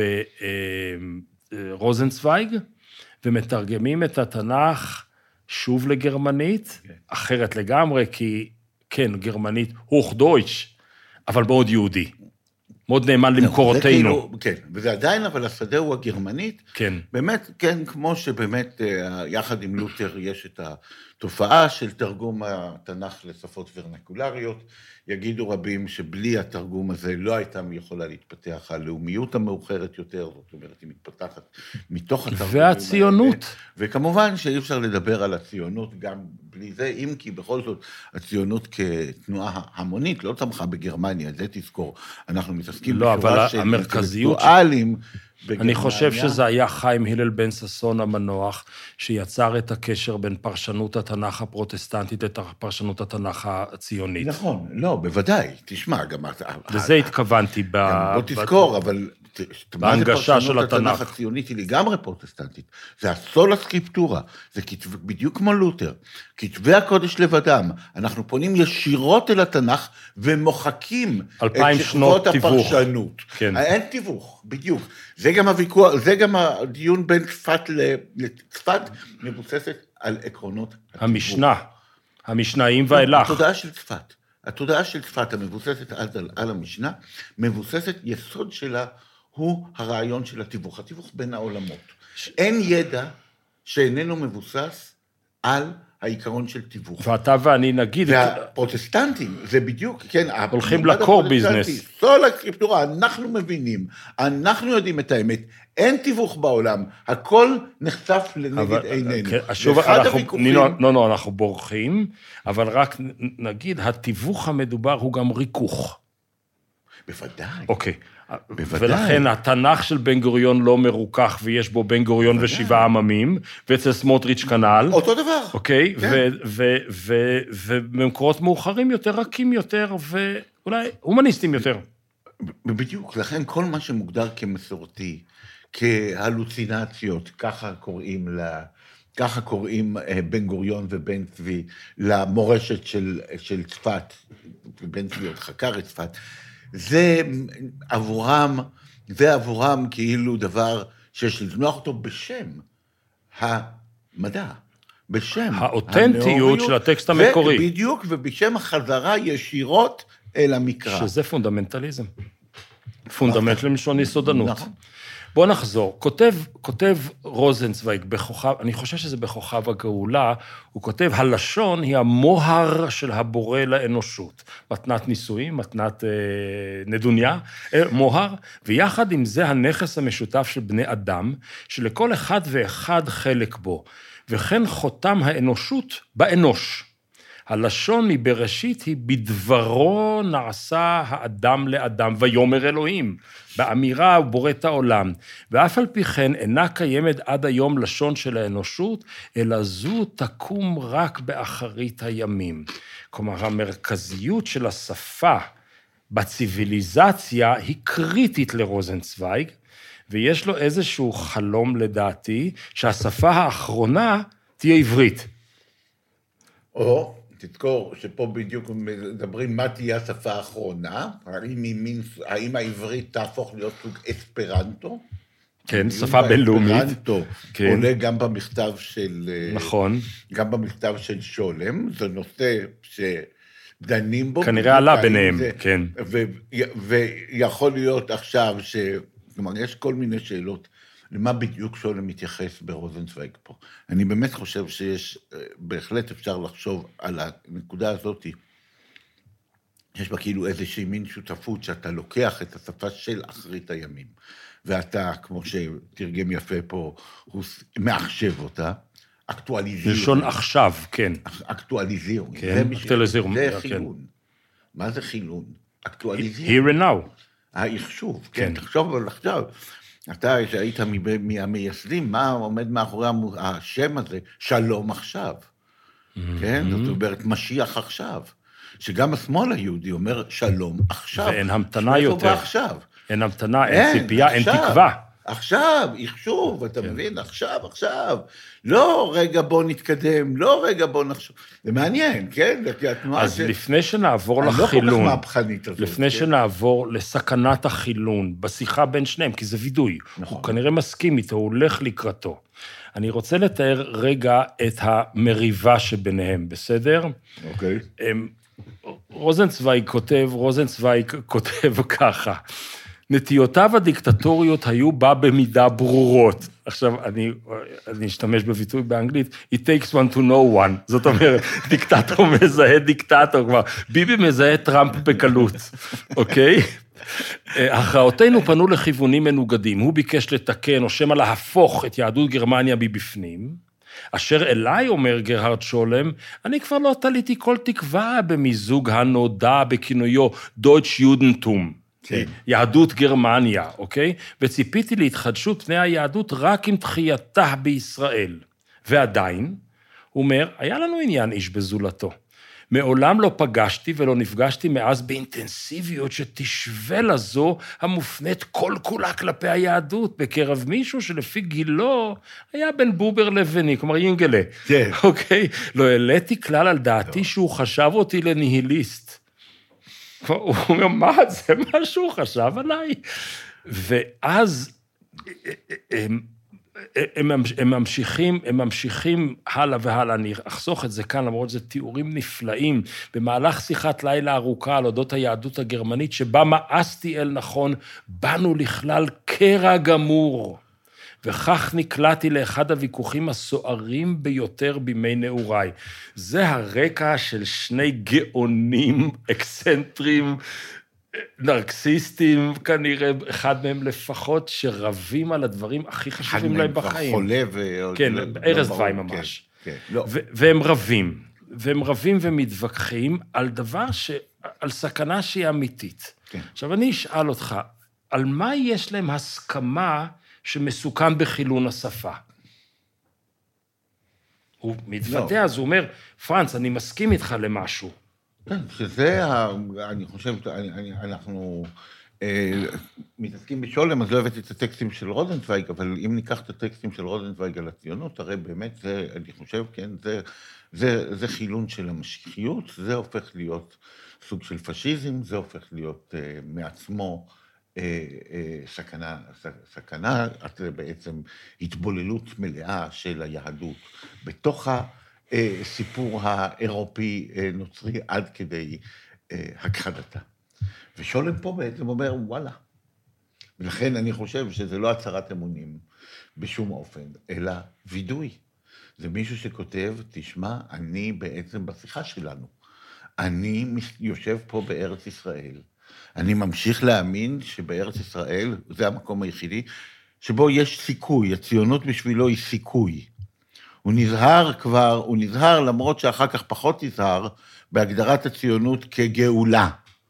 ורוזנצוויג, ומתרגמים את התנ"ך שוב לגרמנית, okay. אחרת לגמרי, כי כן, גרמנית, הוך דויטש, אבל מאוד יהודי, מאוד נאמן למקורותינו. כאילו, כן, וזה עדיין, אבל השדה הוא הגרמנית. כן. באמת, כן, כמו שבאמת, יחד עם לותר יש את התופעה של תרגום התנ"ך לשפות ורנקולריות, יגידו רבים שבלי התרגום הזה לא הייתה יכולה להתפתח הלאומיות המאוחרת יותר, זאת אומרת, היא מתפתחת מתוך התרגומים. והציונות. וכמובן שאי אפשר לדבר על הציונות גם בלי זה, אם כי בכל זאת הציונות כתנועה המונית לא צמחה בגרמניה, זה תזכור, אנחנו מתעסקים לא, בשורה של המרכזיות אינטלקטואלים בגרמניה. אני חושב שזה היה חיים הלל בן ששון המנוח, שיצר את הקשר בין פרשנות התנ"ך הפרוטסטנטית לפרשנות התנ"ך הציונית. נכון, לא, בוודאי, תשמע, גם... לזה התכוונתי ב... בוא תזכור, אבל... בהנגשה של התנ"ך. התנ"ך הציונית היא לגמרי פרוטסטנטית. זה הסולה סקריפטורה, זה כתב, בדיוק כמו לותר. כתבי הקודש לבדם, אנחנו פונים ישירות אל התנ"ך ומוחקים את שכבות הפרשנות. כן. אין תיווך, בדיוק. זה גם הוויכוח, זה גם הדיון בין צפת לצפת, מבוססת על עקרונות התיווך. המשנה, המשנאים ואילך. התודעה של צפת. התודעה של צפת המבוססת על, על המשנה, מבוססת יסוד שלה, הוא הרעיון של התיווך, התיווך בין העולמות. ש... אין ידע שאיננו מבוסס על העיקרון של תיווך. ואתה ואני נגיד... והפרוטסטנטים, זה בדיוק, כן, הולכים לקור ביזנס. סולה סקריפטורה, אנחנו מבינים, אנחנו יודעים את האמת, אין תיווך בעולם, הכל נחשף לנגד אבל, עינינו. שוב, אנחנו, הוויכוחים... נינו, לא, לא, אנחנו בורחים, אבל רק נגיד, התיווך המדובר הוא גם ריכוך. בוודאי. אוקיי. בוודאי. ולכן התנ"ך של בן גוריון לא מרוכך, ויש בו בן גוריון בוודאי. ושבעה עממים, ואצל סמוטריץ' כנ"ל. אותו דבר. אוקיי? כן. ובמקורות מאוחרים יותר, רכים יותר, ואולי הומניסטים יותר. בדיוק, לכן כל מה שמוגדר כמסורתי, כהלוצינציות, ככה קוראים לה, ככה קוראים בן גוריון ובן צבי, למורשת של, של צפת, בן צבי עוד חקר את צפת, זה עבורם, זה עבורם כאילו דבר שיש לזנוח אותו בשם המדע, בשם האותנטיות הנאוריות, של הטקסט המקורי. בדיוק, ובשם החזרה ישירות אל המקרא. שזה פונדמנטליזם. פונדמנטל מלשון יסודנות. נכון. בוא נחזור. כותב, כותב רוזנצוויג בכוכב, אני חושב שזה בכוכב הגאולה, הוא כותב, הלשון היא המוהר של הבורא לאנושות. מתנת נישואים, מתנת אה, נדוניה, אה, מוהר, ויחד עם זה הנכס המשותף של בני אדם, שלכל אחד ואחד חלק בו, וכן חותם האנושות באנוש. הלשון מבראשית היא בדברו נעשה האדם לאדם, ויאמר אלוהים, באמירה הוא בורא את העולם, ואף על פי כן אינה קיימת עד היום לשון של האנושות, אלא זו תקום רק באחרית הימים. כלומר, המרכזיות של השפה בציוויליזציה היא קריטית לרוזנצוויג, ויש לו איזשהו חלום לדעתי, שהשפה האחרונה תהיה עברית. או... תזכור שפה בדיוק מדברים מה תהיה השפה האחרונה, האם, האם העברית תהפוך להיות סוג אספרנטו? כן, שפה בינלאומית. אספרנטו כן. עולה גם במכתב של... נכון. גם במכתב של שולם, זה נושא שדנים בו. כנראה עלה ביניהם, זה, כן. ו, ויכול להיות עכשיו ש... כלומר, יש כל מיני שאלות. למה בדיוק שולם מתייחס ברוזנצוויג פה? אני באמת חושב שיש, בהחלט אפשר לחשוב על הנקודה הזאת, יש בה כאילו איזושהי מין שותפות, שאתה לוקח את השפה של אחרית הימים, ואתה, כמו שתרגם יפה פה, הוא מאחשב אותה, אקטואליזיר. לשון עכשיו, כן. אקטואליזיר. כן, אקטואליזיר. זה חילון. מה זה חילון? אקטואליזיר. Here and now. האיחשוב, כן, תחשוב על עכשיו. אתה שהיית מהמייסדים, מה עומד מאחורי השם הזה? שלום עכשיו. כן? זאת אומרת, משיח עכשיו. שגם השמאל היהודי אומר שלום עכשיו. ואין המתנה יותר. אין המתנה, אין ציפייה, אין תקווה. עכשיו, יחשוב, אתה מבין? עכשיו, עכשיו. לא רגע בוא נתקדם, לא רגע בוא נחשוב. זה מעניין, כן? אז לפני שנעבור לחילון, אני לא כל כך מהפכנית הזאת. לפני שנעבור לסכנת החילון, בשיחה בין שניהם, כי זה וידוי. הוא כנראה מסכים איתו, הוא הולך לקראתו. אני רוצה לתאר רגע את המריבה שביניהם, בסדר? אוקיי. רוזנצוויג כותב, רוזנצוויג כותב ככה, נטיותיו הדיקטטוריות היו בה במידה ברורות. עכשיו, אני, אני אשתמש בביטוי באנגלית, it takes one to know one. זאת אומרת, דיקטטור מזהה דיקטטור, כבר, ביבי מזהה טראמפ בקלות, אוקיי? הכרעותינו פנו לכיוונים מנוגדים. הוא ביקש לתקן, או שמא להפוך את יהדות גרמניה מבפנים, אשר אליי, אומר גרהרד שולם, אני כבר לא תליתי כל תקווה במיזוג הנודע בכינויו דויטש יודנטום. כן. יהדות גרמניה, אוקיי? וציפיתי להתחדשות פני היהדות רק עם תחייתה בישראל. ועדיין, הוא אומר, היה לנו עניין איש בזולתו. מעולם לא פגשתי ולא נפגשתי מאז באינטנסיביות שתשווה לזו המופנית כל כולה כלפי היהדות, בקרב מישהו שלפי גילו היה בן בובר לבני, כלומר יינגלה. כן. אוקיי? לא העליתי כלל על דעתי שהוא חשב אותי לניהיליסט. הוא אומר, מה זה מה שהוא חשב עליי? ואז הם, הם, הם, ממשיכים, הם ממשיכים הלאה והלאה, אני אחסוך את זה כאן, למרות זה תיאורים נפלאים, במהלך שיחת לילה ארוכה על אודות היהדות הגרמנית, שבה מאסתי אל נכון, באנו לכלל קרע גמור, וכך נקלעתי לאחד הוויכוחים הסוערים ביותר בימי נעוריי. זה הרקע של שני גאונים אקסנטרים, נרקסיסטים, כנראה, אחד מהם לפחות, שרבים על הדברים הכי חשובים להם בחיים. חולה ו... כן, ארז דווי ממש. כן, כן. לא. והם רבים, והם רבים ומתווכחים על דבר ש... על סכנה שהיא אמיתית. כן. עכשיו, אני אשאל אותך, על מה יש להם הסכמה שמסוכן בחילון השפה? הוא מתוודע, אז הוא אומר, פרנץ, אני מסכים איתך למשהו. כן, שזה, ה... אני חושב, אני, אני, אנחנו אה, מתעסקים בשולם, אז לא הבאתי את הטקסטים של רוזנצוויג, אבל אם ניקח את הטקסטים של רוזנצוויג על הציונות, הרי באמת זה, אני חושב, כן, זה, זה, זה חילון של המשיחיות, זה הופך להיות סוג של פשיזם, זה הופך להיות אה, מעצמו אה, אה, סכנה, סכנה, זה בעצם התבוללות מלאה של היהדות בתוך ה... סיפור האירופי נוצרי עד כדי הכחדתה. ושולם פה בעצם אומר, וואלה. ולכן אני חושב שזה לא הצהרת אמונים בשום אופן, אלא וידוי. זה מישהו שכותב, תשמע, אני בעצם בשיחה שלנו. אני יושב פה בארץ ישראל. אני ממשיך להאמין שבארץ ישראל, זה המקום היחידי, שבו יש סיכוי, הציונות בשבילו היא סיכוי. הוא נזהר כבר, הוא נזהר למרות שאחר כך פחות נזהר, בהגדרת הציונות כגאולה,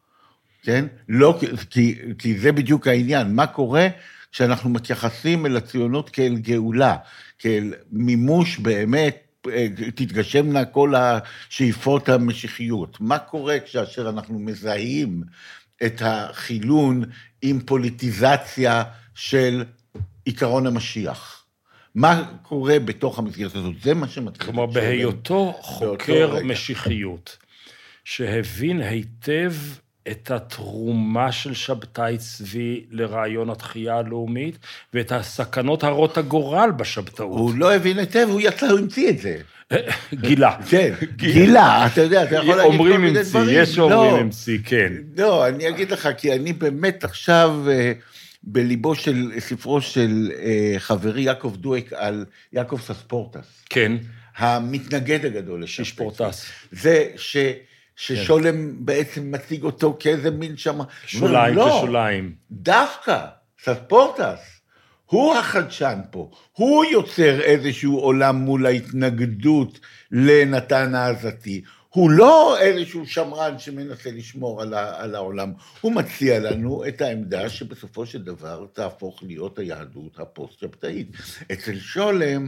כן? לא, כי, כי זה בדיוק העניין, מה קורה כשאנחנו מתייחסים אל הציונות כאל גאולה, כאל מימוש באמת, תתגשמנה כל השאיפות המשיחיות, מה קורה כאשר אנחנו מזהים את החילון עם פוליטיזציה של עיקרון המשיח? מה קורה בתוך המסגרת הזאת? זה מה שמתחיל. כלומר, בהיותו חוקר משיחיות, שהבין היטב את התרומה של שבתאי צבי לרעיון התחייה הלאומית, ואת הסכנות הרות הגורל בשבתאות. הוא לא הבין היטב, הוא יצא, הוא המציא את זה. גילה. כן, גילה, אתה יודע, אתה יכול להגיד כל מיני דברים. יש אומרים המציא, כן. לא, אני אגיד לך, כי אני באמת עכשיו... בליבו של ספרו של חברי יעקב דואק על יעקב סספורטס. כן. המתנגד הגדול. שספורטס. זה ש, ששולם כן. בעצם מציג אותו כאיזה מין שם... שוליים לא, כשוליים. דווקא, סספורטס, הוא החדשן פה. הוא יוצר איזשהו עולם מול ההתנגדות לנתן העזתי. הוא לא איזשהו שמרן שמנסה לשמור על, ה, על העולם, הוא מציע לנו את העמדה שבסופו של דבר תהפוך להיות היהדות הפוסט-שבתאית. אצל שולם,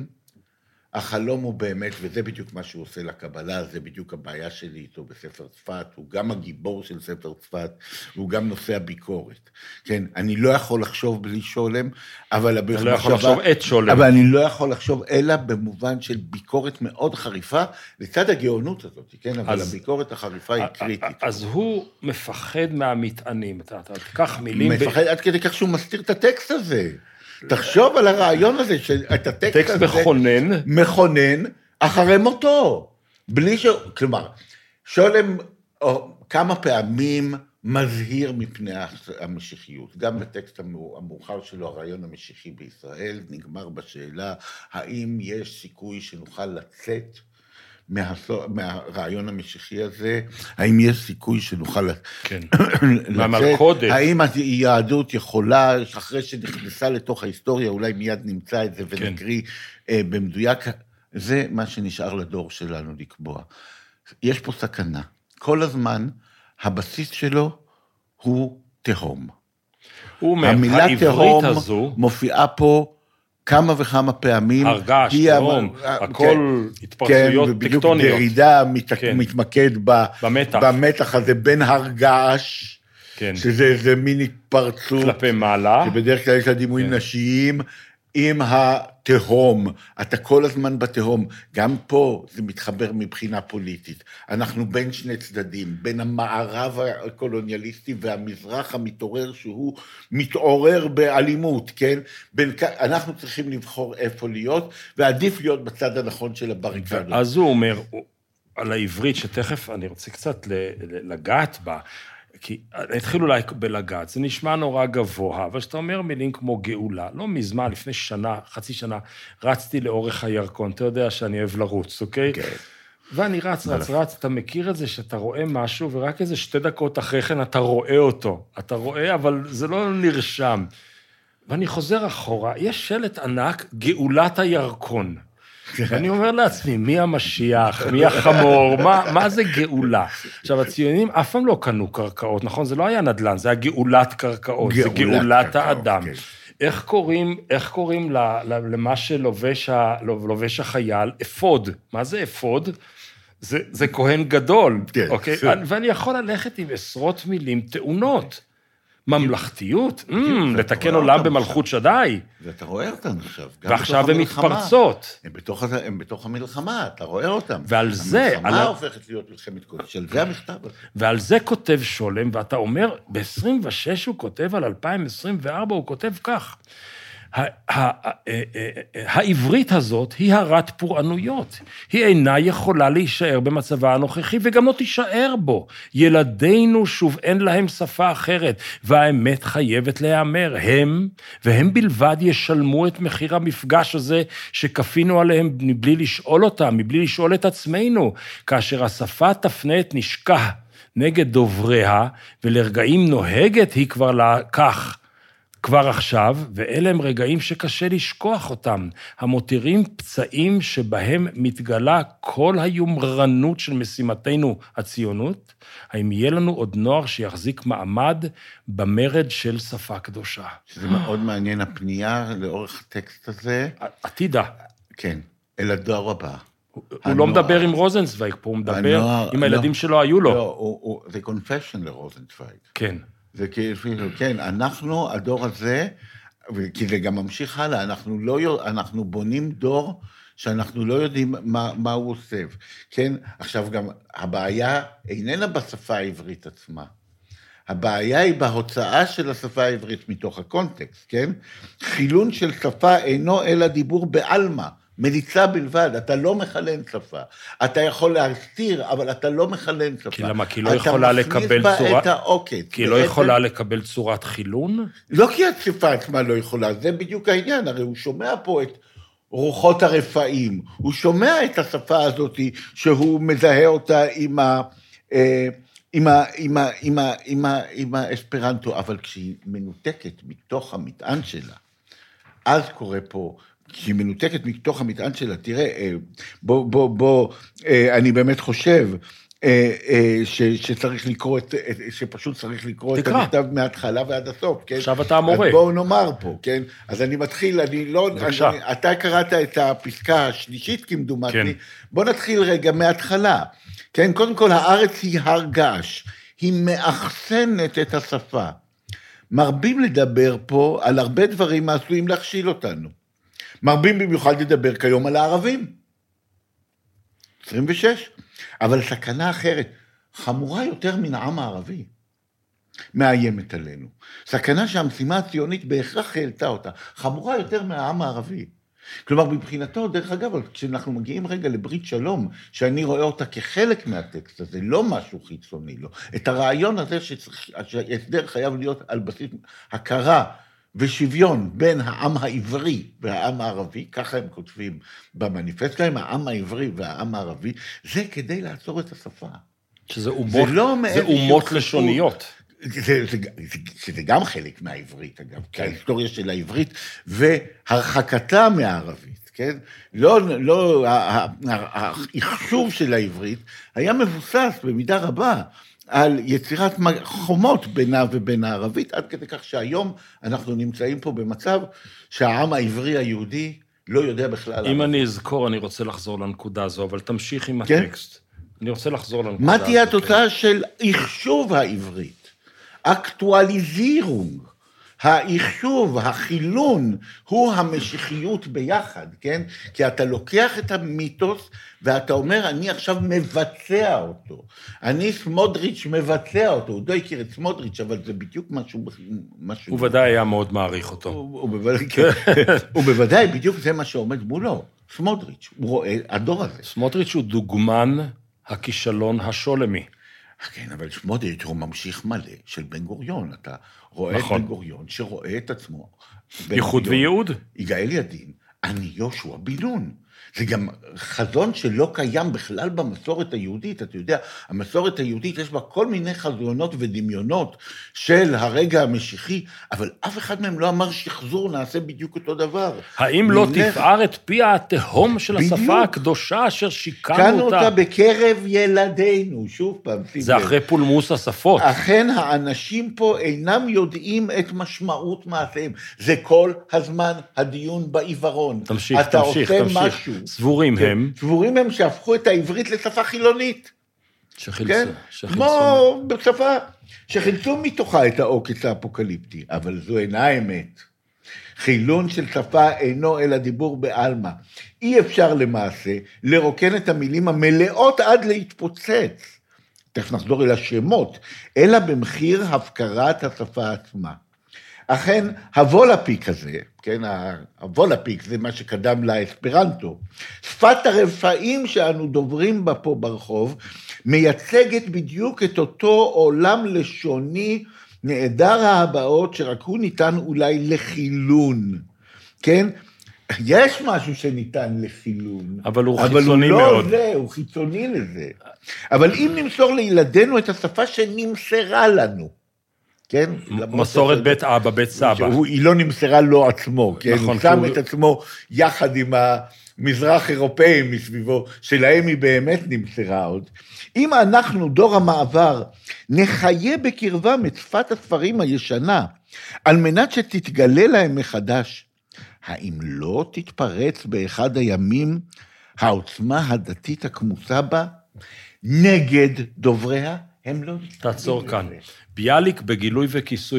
החלום הוא באמת, וזה בדיוק מה שהוא עושה לקבלה, זה בדיוק הבעיה שלי איתו בספר צפת, הוא גם הגיבור של ספר צפת, הוא גם נושא הביקורת. כן, אני לא יכול לחשוב בלי שולם, אבל... אני לא יכול לחשוב את שולם. אבל אני לא יכול לחשוב אלא במובן של ביקורת מאוד חריפה, לצד הגאונות הזאת, כן, אבל אז, הביקורת החריפה היא קריטית. אז הוא מפחד מהמטענים, אתה תיקח מילים... מפחד עד כדי כך שהוא מסתיר את הטקסט הזה. תחשוב על הרעיון הזה, שאת הטקסט טקסט הזה... טקסט מכונן. מכונן, אחרי מותו. בלי ש... כלומר, שולם כמה פעמים מזהיר מפני המשיחיות. גם בטקסט המאוחר שלו, הרעיון המשיחי בישראל, נגמר בשאלה, האם יש סיכוי שנוכל לצאת מהרעיון המשיחי הזה, האם יש סיכוי שנוכל כן. לצאת, האם היהדות יכולה, אחרי שנכנסה לתוך ההיסטוריה, אולי מיד נמצא את זה ונקריא כן. במדויק, זה מה שנשאר לדור שלנו לקבוע. יש פה סכנה. כל הזמן, הבסיס שלו הוא תהום. הוא אומר, המילה העברית תהום הזו... מופיעה פה כמה וכמה פעמים. הרגש, תהום, הכל התפרצויות טקטוניות. כן, ובדיוק דרידה כן. מתמקד ב, במתח. במתח הזה בין הרגש, כן. שזה איזה מין התפרצות. כלפי מעלה. שבדרך כלל יש לה דימויים כן. נשיים, עם התהום, אתה כל הזמן בתהום, גם פה זה מתחבר מבחינה פוליטית, אנחנו בין שני צדדים, בין המערב הקולוניאליסטי והמזרח המתעורר שהוא מתעורר באלימות, כן? בין, אנחנו צריכים לבחור איפה להיות, ועדיף להיות בצד הנכון של הבריקדות. אז הוא אומר, על העברית שתכף אני רוצה קצת לגעת בה, כי התחיל אולי בלגעת, זה נשמע נורא גבוה, אבל שאתה אומר מילים כמו גאולה, לא מזמן, לפני שנה, חצי שנה, רצתי לאורך הירקון, אתה יודע שאני אוהב לרוץ, אוקיי? כן. ואני רץ, רץ, רץ, אתה מכיר את זה שאתה רואה משהו, ורק איזה שתי דקות אחרי כן אתה רואה אותו. אתה רואה, אבל זה לא נרשם. ואני חוזר אחורה, יש שלט ענק, גאולת הירקון. ואני אומר לעצמי, מי המשיח, מי החמור, מה, מה זה גאולה? עכשיו, הציונים אף פעם לא קנו קרקעות, נכון? זה לא היה נדל"ן, זה היה גאולת קרקעות, זה גאולת האדם. איך קוראים, איך קוראים למה שלובש לובש החייל? אפוד. מה זה אפוד? זה, זה כהן גדול, אוקיי? ואני יכול ללכת עם עשרות מילים טעונות. ממלכתיות? לתקן עולם במלכות שדי. ואתה רואה אותם עכשיו. ועכשיו הן מתפרצות. הם בתוך המלחמה, אתה רואה אותם. ועל זה... המלחמה הופכת להיות מלחמת קודש, של זה המכתב הזה. ועל זה כותב שולם, ואתה אומר, ב-עשרים ושש הוא כותב על אלפיים עשרים וארבע, הוא כותב כך. העברית הזאת היא הרת פורענויות. היא אינה יכולה להישאר במצבה הנוכחי, וגם לא תישאר בו. ילדינו שוב אין להם שפה אחרת, והאמת חייבת להיאמר. הם, והם בלבד ישלמו את מחיר המפגש הזה, שכפינו עליהם מבלי לשאול אותם, מבלי לשאול את עצמנו, כאשר השפה תפנה את נשקה נגד דובריה, ולרגעים נוהגת היא כבר לכך, כבר עכשיו, ואלה הם רגעים שקשה לשכוח אותם, המותירים פצעים שבהם מתגלה כל היומרנות של משימתנו הציונות, האם יהיה לנו עוד נוער שיחזיק מעמד במרד של שפה קדושה. שזה מאוד מעניין, הפנייה לאורך הטקסט הזה. עתידה. כן, אל הדור הבא. הוא לא מדבר עם רוזנצוויג פה, הוא מדבר עם הילדים שלו היו לו. לא, זה קונפשן לרוזנצוויג. כן. זה כאילו, כן, אנחנו, הדור הזה, כי זה גם ממשיך הלאה, אנחנו, לא, אנחנו בונים דור שאנחנו לא יודעים מה, מה הוא עושה. כן, עכשיו גם הבעיה איננה בשפה העברית עצמה. הבעיה היא בהוצאה של השפה העברית מתוך הקונטקסט, כן? חילון של שפה אינו אלא דיבור בעלמא. מליצה בלבד, אתה לא מחלן שפה. אתה יכול להסתיר, אבל אתה לא מחלן שפה. כי למה? כי לא יכולה לקבל צורה... אתה מכניס בה את העוקץ. כי לא יכולה לקבל צורת חילון? לא כי השפה עצמה לא יכולה, זה בדיוק העניין, הרי הוא שומע פה את רוחות הרפאים, הוא שומע את השפה הזאת שהוא מזהה אותה עם ה... עם ה... עם ה... עם ה... עם ה... עם האספרנטו, אבל כשהיא מנותקת מתוך המטען שלה, אז קורה פה... כשהיא מנותקת מתוך המטען שלה, תראה, בוא, בוא, בוא, אני באמת חושב שצריך לקרוא את, שפשוט צריך לקרוא את המכתב מההתחלה ועד הסוף, כן? עכשיו אתה המורה. אז בואו נאמר פה, כן? אז אני מתחיל, אני לא, אני, אתה קראת את הפסקה השלישית כמדומתי, כן. בוא נתחיל רגע מההתחלה, כן? קודם כל, הארץ היא הר געש, היא מאחסנת את השפה. מרבים לדבר פה על הרבה דברים העשויים להכשיל אותנו. מרבים במיוחד לדבר כיום על הערבים. עשרים ושש. אבל סכנה אחרת, חמורה יותר מן העם הערבי, מאיימת עלינו. סכנה שהמשימה הציונית בהכרח העלתה אותה, חמורה יותר מהעם הערבי. כלומר, מבחינתו, דרך אגב, כשאנחנו מגיעים רגע לברית שלום, שאני רואה אותה כחלק מהטקסט הזה, לא משהו חיצוני, לא. את הרעיון הזה שהסדר חייב להיות על בסיס הכרה, ושוויון בין העם העברי והעם הערבי, ככה הם כותבים במניפסט שלהם, העם העברי והעם הערבי, זה כדי לעצור את השפה. שזה אומות, זה לא זה אומות לשוניות. זה, זה, זה, שזה גם חלק מהעברית, אגב, כן. כי ההיסטוריה של העברית והרחקתה מהערבית, כן? לא, לא, ההחשוב של העברית היה מבוסס במידה רבה על יצירת חומות בינה ובין הערבית, עד כדי כך שהיום אנחנו נמצאים פה במצב שהעם העברי היהודי לא יודע בכלל. אם אני אזכור, אני רוצה לחזור לנקודה הזו, אבל תמשיך עם הטקסט. אני רוצה לחזור לנקודה מה הזו. תהיה התוצאה של החשוב העברית? אקטואליזירונג. האיחשוב, החילון, הוא המשיחיות ביחד, כן? כי אתה לוקח את המיתוס, ואתה אומר, אני עכשיו מבצע אותו. אני סמודריץ' מבצע אותו. הוא לא הכיר את סמודריץ', אבל זה בדיוק משהו... משהו הוא ודאי היה מאוד מעריך אותו. הוא, הוא, בוודאי, הוא בוודאי, בדיוק זה מה שעומד מולו. סמודריץ', הוא רואה, הדור הזה. סמודריץ' הוא דוגמן הכישלון השולמי. כן, אבל סמודריץ' הוא ממשיך מלא של בן גוריון. אתה רואה נכון. את בן גוריון שרואה את עצמו. ייחוד וייעוד. יגאל ידין, אני יהושע בן נון. זה גם חזון שלא קיים בכלל במסורת היהודית. אתה יודע, המסורת היהודית יש בה כל מיני חזונות ודמיונות של הרגע המשיחי, אבל אף אחד מהם לא אמר שחזור, נעשה בדיוק אותו דבר. האם לא תפאר את פיה התהום של השפה הקדושה אשר שיקנו אותה? כאנו אותה בקרב ילדינו, שוב פעם. זה אחרי פולמוס השפות. אכן האנשים פה אינם יודעים את משמעות מעשיהם. זה כל הזמן הדיון בעיוורון. תמשיך, תמשיך, תמשיך. סבורים הם. סבורים הם שהפכו את העברית לשפה חילונית. שחילצו. כן? כמו בשפה, שחילצו מתוכה את העוקץ האפוקליפטי, אבל זו אינה האמת. חילון של שפה אינו אלא דיבור בעלמא. אי אפשר למעשה לרוקן את המילים המלאות עד להתפוצץ. תכף נחזור אל השמות, אלא במחיר הפקרת השפה עצמה. אכן, הוולאפיק הזה, כן, הוולאפיק זה מה שקדם לאספרנטו, שפת הרפאים שאנו דוברים בה פה ברחוב, מייצגת בדיוק את אותו עולם לשוני, נעדר ההבאות, שרק הוא ניתן אולי לחילון, כן? יש משהו שניתן לחילון. אבל הוא אבל חיצוני הוא מאוד. אבל הוא לא זה, הוא חיצוני לזה. אבל אם נמסור לילדינו את השפה שנמסרה לנו, כן? מסורת בית אבא, בית סבא. היא לא נמסרה לו עצמו, כן? נכון, הוא שם את עצמו יחד עם המזרח אירופאים מסביבו, שלהם היא באמת נמסרה עוד. אם אנחנו, דור המעבר, נחיה בקרבם את שפת הספרים הישנה, על מנת שתתגלה להם מחדש, האם לא תתפרץ באחד הימים העוצמה הדתית הכמוסה בה, נגד דובריה? הם לא... תעצור כאן. ביאליק בגילוי וכיסוי.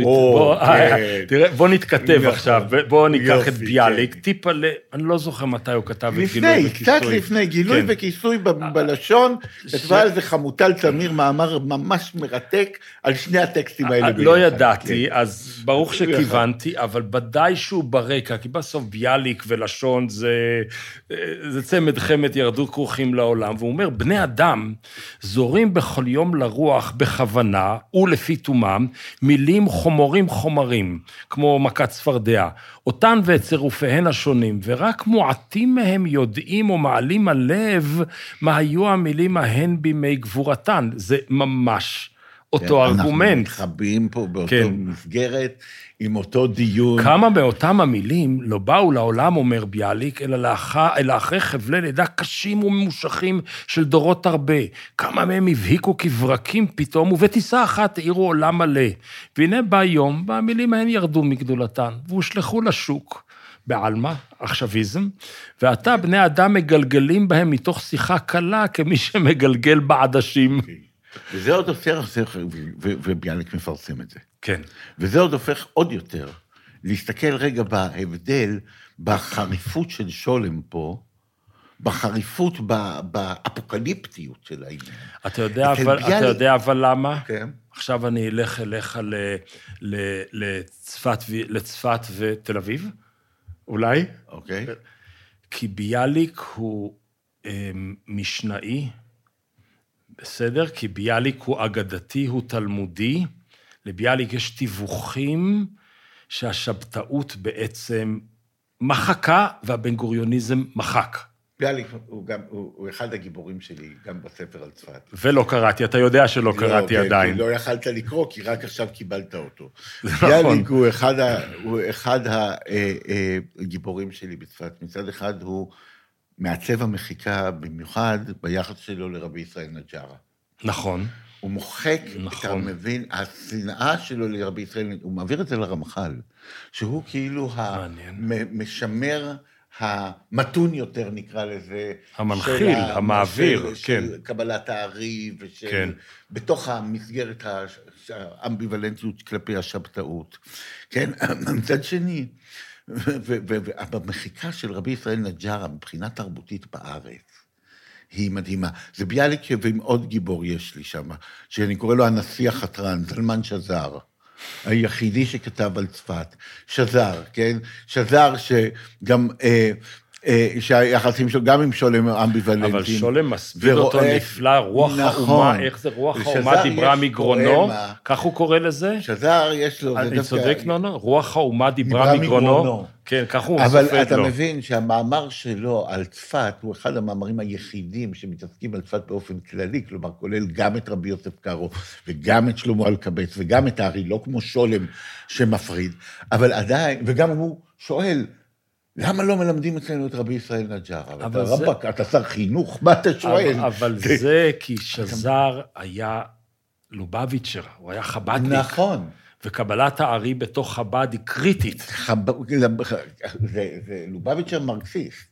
בוא נתכתב עכשיו, בוא ניקח את ביאליק, טיפה ל... אני לא זוכר מתי הוא כתב את גילוי וכיסוי. לפני, קצת לפני, גילוי וכיסוי בלשון, כתבה על זה חמוטל צמיר, מאמר ממש מרתק על שני הטקסטים האלה. לא ידעתי, אז ברוך שכיוונתי, אבל ודאי שהוא ברקע, כי בסוף ביאליק ולשון זה צמד חמת ירדו כרוכים לעולם, והוא אומר, בני אדם זורים בכל יום לרוח בכוונה, ולפי תומם, מילים חומרים חומרים, כמו מכת צפרדע, אותן ואת צירופיהן השונים, ורק מועטים מהם יודעים או מעלים הלב, מה היו המילים ההן בימי גבורתן. זה ממש אותו ארגומנט. אנחנו מתחבאים פה באותו מסגרת, עם אותו דיון. כמה מאותם המילים לא באו לעולם, אומר ביאליק, אלא, לאחר, אלא אחרי חבלי לידה קשים וממושכים של דורות הרבה. כמה מהם הבהיקו כברקים פתאום, ובטיסה אחת העירו עולם מלא. והנה בא יום, והמילים ההם ירדו מגדולתן, והושלחו לשוק. בעלמא, עכשוויזם, ואתה בני אדם מגלגלים בהם מתוך שיחה קלה, כמי שמגלגל בעדשים. וזה עוד הופך, וביאליק מפרסם את זה. כן. וזה עוד הופך עוד יותר, להסתכל רגע בהבדל, בחריפות של שולם פה, בחריפות, באפוקליפטיות של העניין. אתה יודע, אבל, ביאליק... אתה יודע אבל למה? כן. עכשיו אני אלך אליך ל, ל, לצפת, ו, לצפת ותל אביב, אולי? אוקיי. כי ביאליק הוא משנאי, בסדר? כי ביאליק הוא אגדתי, הוא תלמודי, לביאליק יש תיווכים שהשבתאות בעצם מחקה והבן גוריוניזם מחק. ביאליק הוא גם, הוא, הוא אחד הגיבורים שלי, גם בספר על צפת. ולא קראתי, אתה יודע שלא קראתי לא, עדיין. כי לא יכלת לקרוא, כי רק עכשיו קיבלת אותו. נכון. ביאליק הוא אחד, ה, הוא אחד הגיבורים שלי בצפת. מצד אחד הוא מעצב המחיקה, במיוחד ביחס שלו לרבי ישראל נג'ארה. נכון. הוא מוחק, נכון. אתה מבין, השנאה שלו לרבי ישראל, הוא מעביר את זה לרמח"ל, שהוא כאילו המשמר המתון יותר, נקרא לזה. המנחיל, המעביר, של, כן. של קבלת הארי, ושל, כן. בתוך המסגרת האמביוולנטיות כלפי השבתאות. כן, מצד שני, ובמחיקה של רבי ישראל נג'ארה, מבחינה תרבותית בארץ, היא מדהימה. זה ביאליק ועם עוד גיבור יש לי שם, שאני קורא לו הנשיא החתרן, זלמן שזר, היחידי שכתב על צפת. שזר, כן? שזר שגם, אה, אה, שהיחסים שלו גם עם שולם אמביוולנטיים. אבל שולם מסביר אותו נפלא, רוח נכון. האומה, איך זה רוח האומה דיברה מגרונו? כך הוא קורא לזה? שזר יש לו... אני צודק, נונו? רוח האומה דיברה מגרונו? כן, כך הוא מסופד לו. אבל אתה מבין שהמאמר שלו על צפת הוא אחד המאמרים היחידים שמתעסקים על צפת באופן כללי, כלומר, כולל גם את רבי יוסף קארו, וגם את שלמה אלקבץ, וגם את הארי, לא כמו שולם שמפריד, אבל עדיין, וגם הוא שואל, למה לא מלמדים אצלנו את רבי ישראל נג'ארה? אתה רבק, אתה שר חינוך, מה אתה שואל? אבל זה כי שזר היה לובביצ'ר, הוא היה חב"דניק. נכון. וקבלת הארי בתוך חב"ד היא קריטית. זה לובביצ'ר מרקסיסט.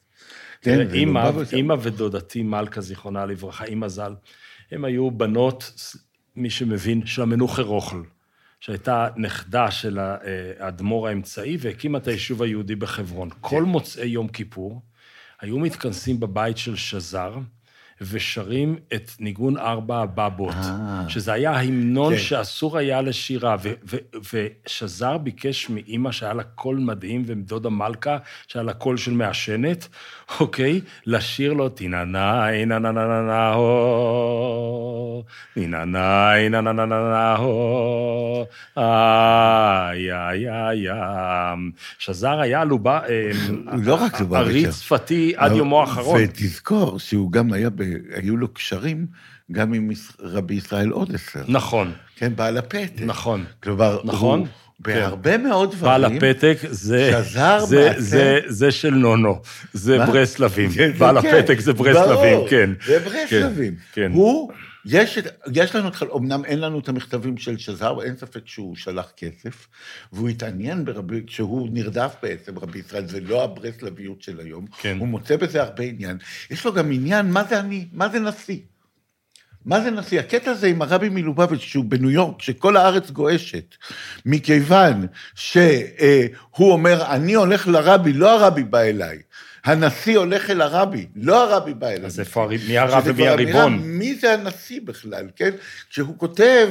אמא ודודתי מלכה, זיכרונה לברכה, אמא ז"ל, הם היו בנות, מי שמבין, של המנוחר רוכל, שהייתה נכדה של האדמו"ר האמצעי, והקימה את היישוב היהודי בחברון. כל מוצאי יום כיפור היו מתכנסים בבית של שזר, ושרים את ניגון ארבע הבבות, שזה היה ההמנון שאסור היה לשירה, ושזר ביקש מאמא שהיה לה קול מדהים, ומדודה מלכה שהיה לה קול של מעשנת, אוקיי? לשיר לו, תיננאי נננננה הו, תיננאי נננננה הו, איי איי איי. שזר היה לובה, לא רק לובה, ארי צפתי עד יומו האחרון. ותזכור שהוא גם היה, היו לו קשרים גם עם רבי ישראל אודסר. נכון. כן, בעל הפתק. נכון. כלומר, נכון. הוא בהרבה מאוד דברים. בעל הפתק זה, שזר זה, זה, זה של נונו, זה ברסלבים. בעל הפתק זה ברסלבים, כן. זה ברסלבים. כן. הוא, יש, יש לנו, אמנם אין לנו את המכתבים של שזר, אין ספק שהוא שלח כסף, והוא התעניין ברבי, שהוא נרדף בעצם, רבי ישראל, זה לא הברסלביות של היום, כן. הוא מוצא בזה הרבה עניין. יש לו גם עניין, מה זה אני, מה זה נשיא? מה זה נשיא? הקטע הזה עם הרבי מלובביץ' שהוא בניו יורק, שכל הארץ גועשת, מכיוון שהוא אומר, אני הולך לרבי, לא הרבי בא אליי, הנשיא הולך אל הרבי, לא הרבי בא אליי. אז איפה, מי הרב ומי הריבון? מי זה הנשיא בכלל, כן? כשהוא כותב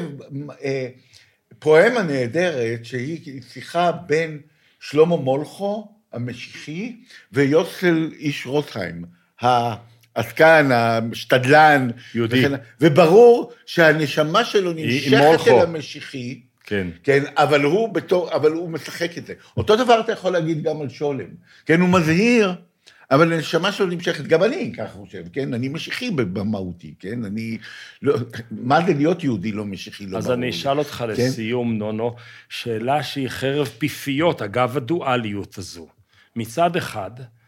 פואמה נהדרת, שהיא שיחה בין שלמה מולכו, המשיחי, ויוסל איש רוטהיים, העסקן, השתדלן, יהודי. וכן, וברור שהנשמה שלו נמשכת אל המשיחי, כן. כן, אבל הוא בתור, אבל הוא משחק את זה. אותו דבר אתה יכול להגיד גם על שולם, כן, הוא מזהיר, אבל הנשמה שלו נמשכת, גם אני כך חושב, כן, אני משיחי במהותי, כן, אני, לא, מה זה להיות יהודי לא משיחי, לא אז ברור. אני אשאל אותך כן? לסיום, נונו, שאלה שהיא חרב פיפיות, אגב הדואליות הזו. מצד אחד,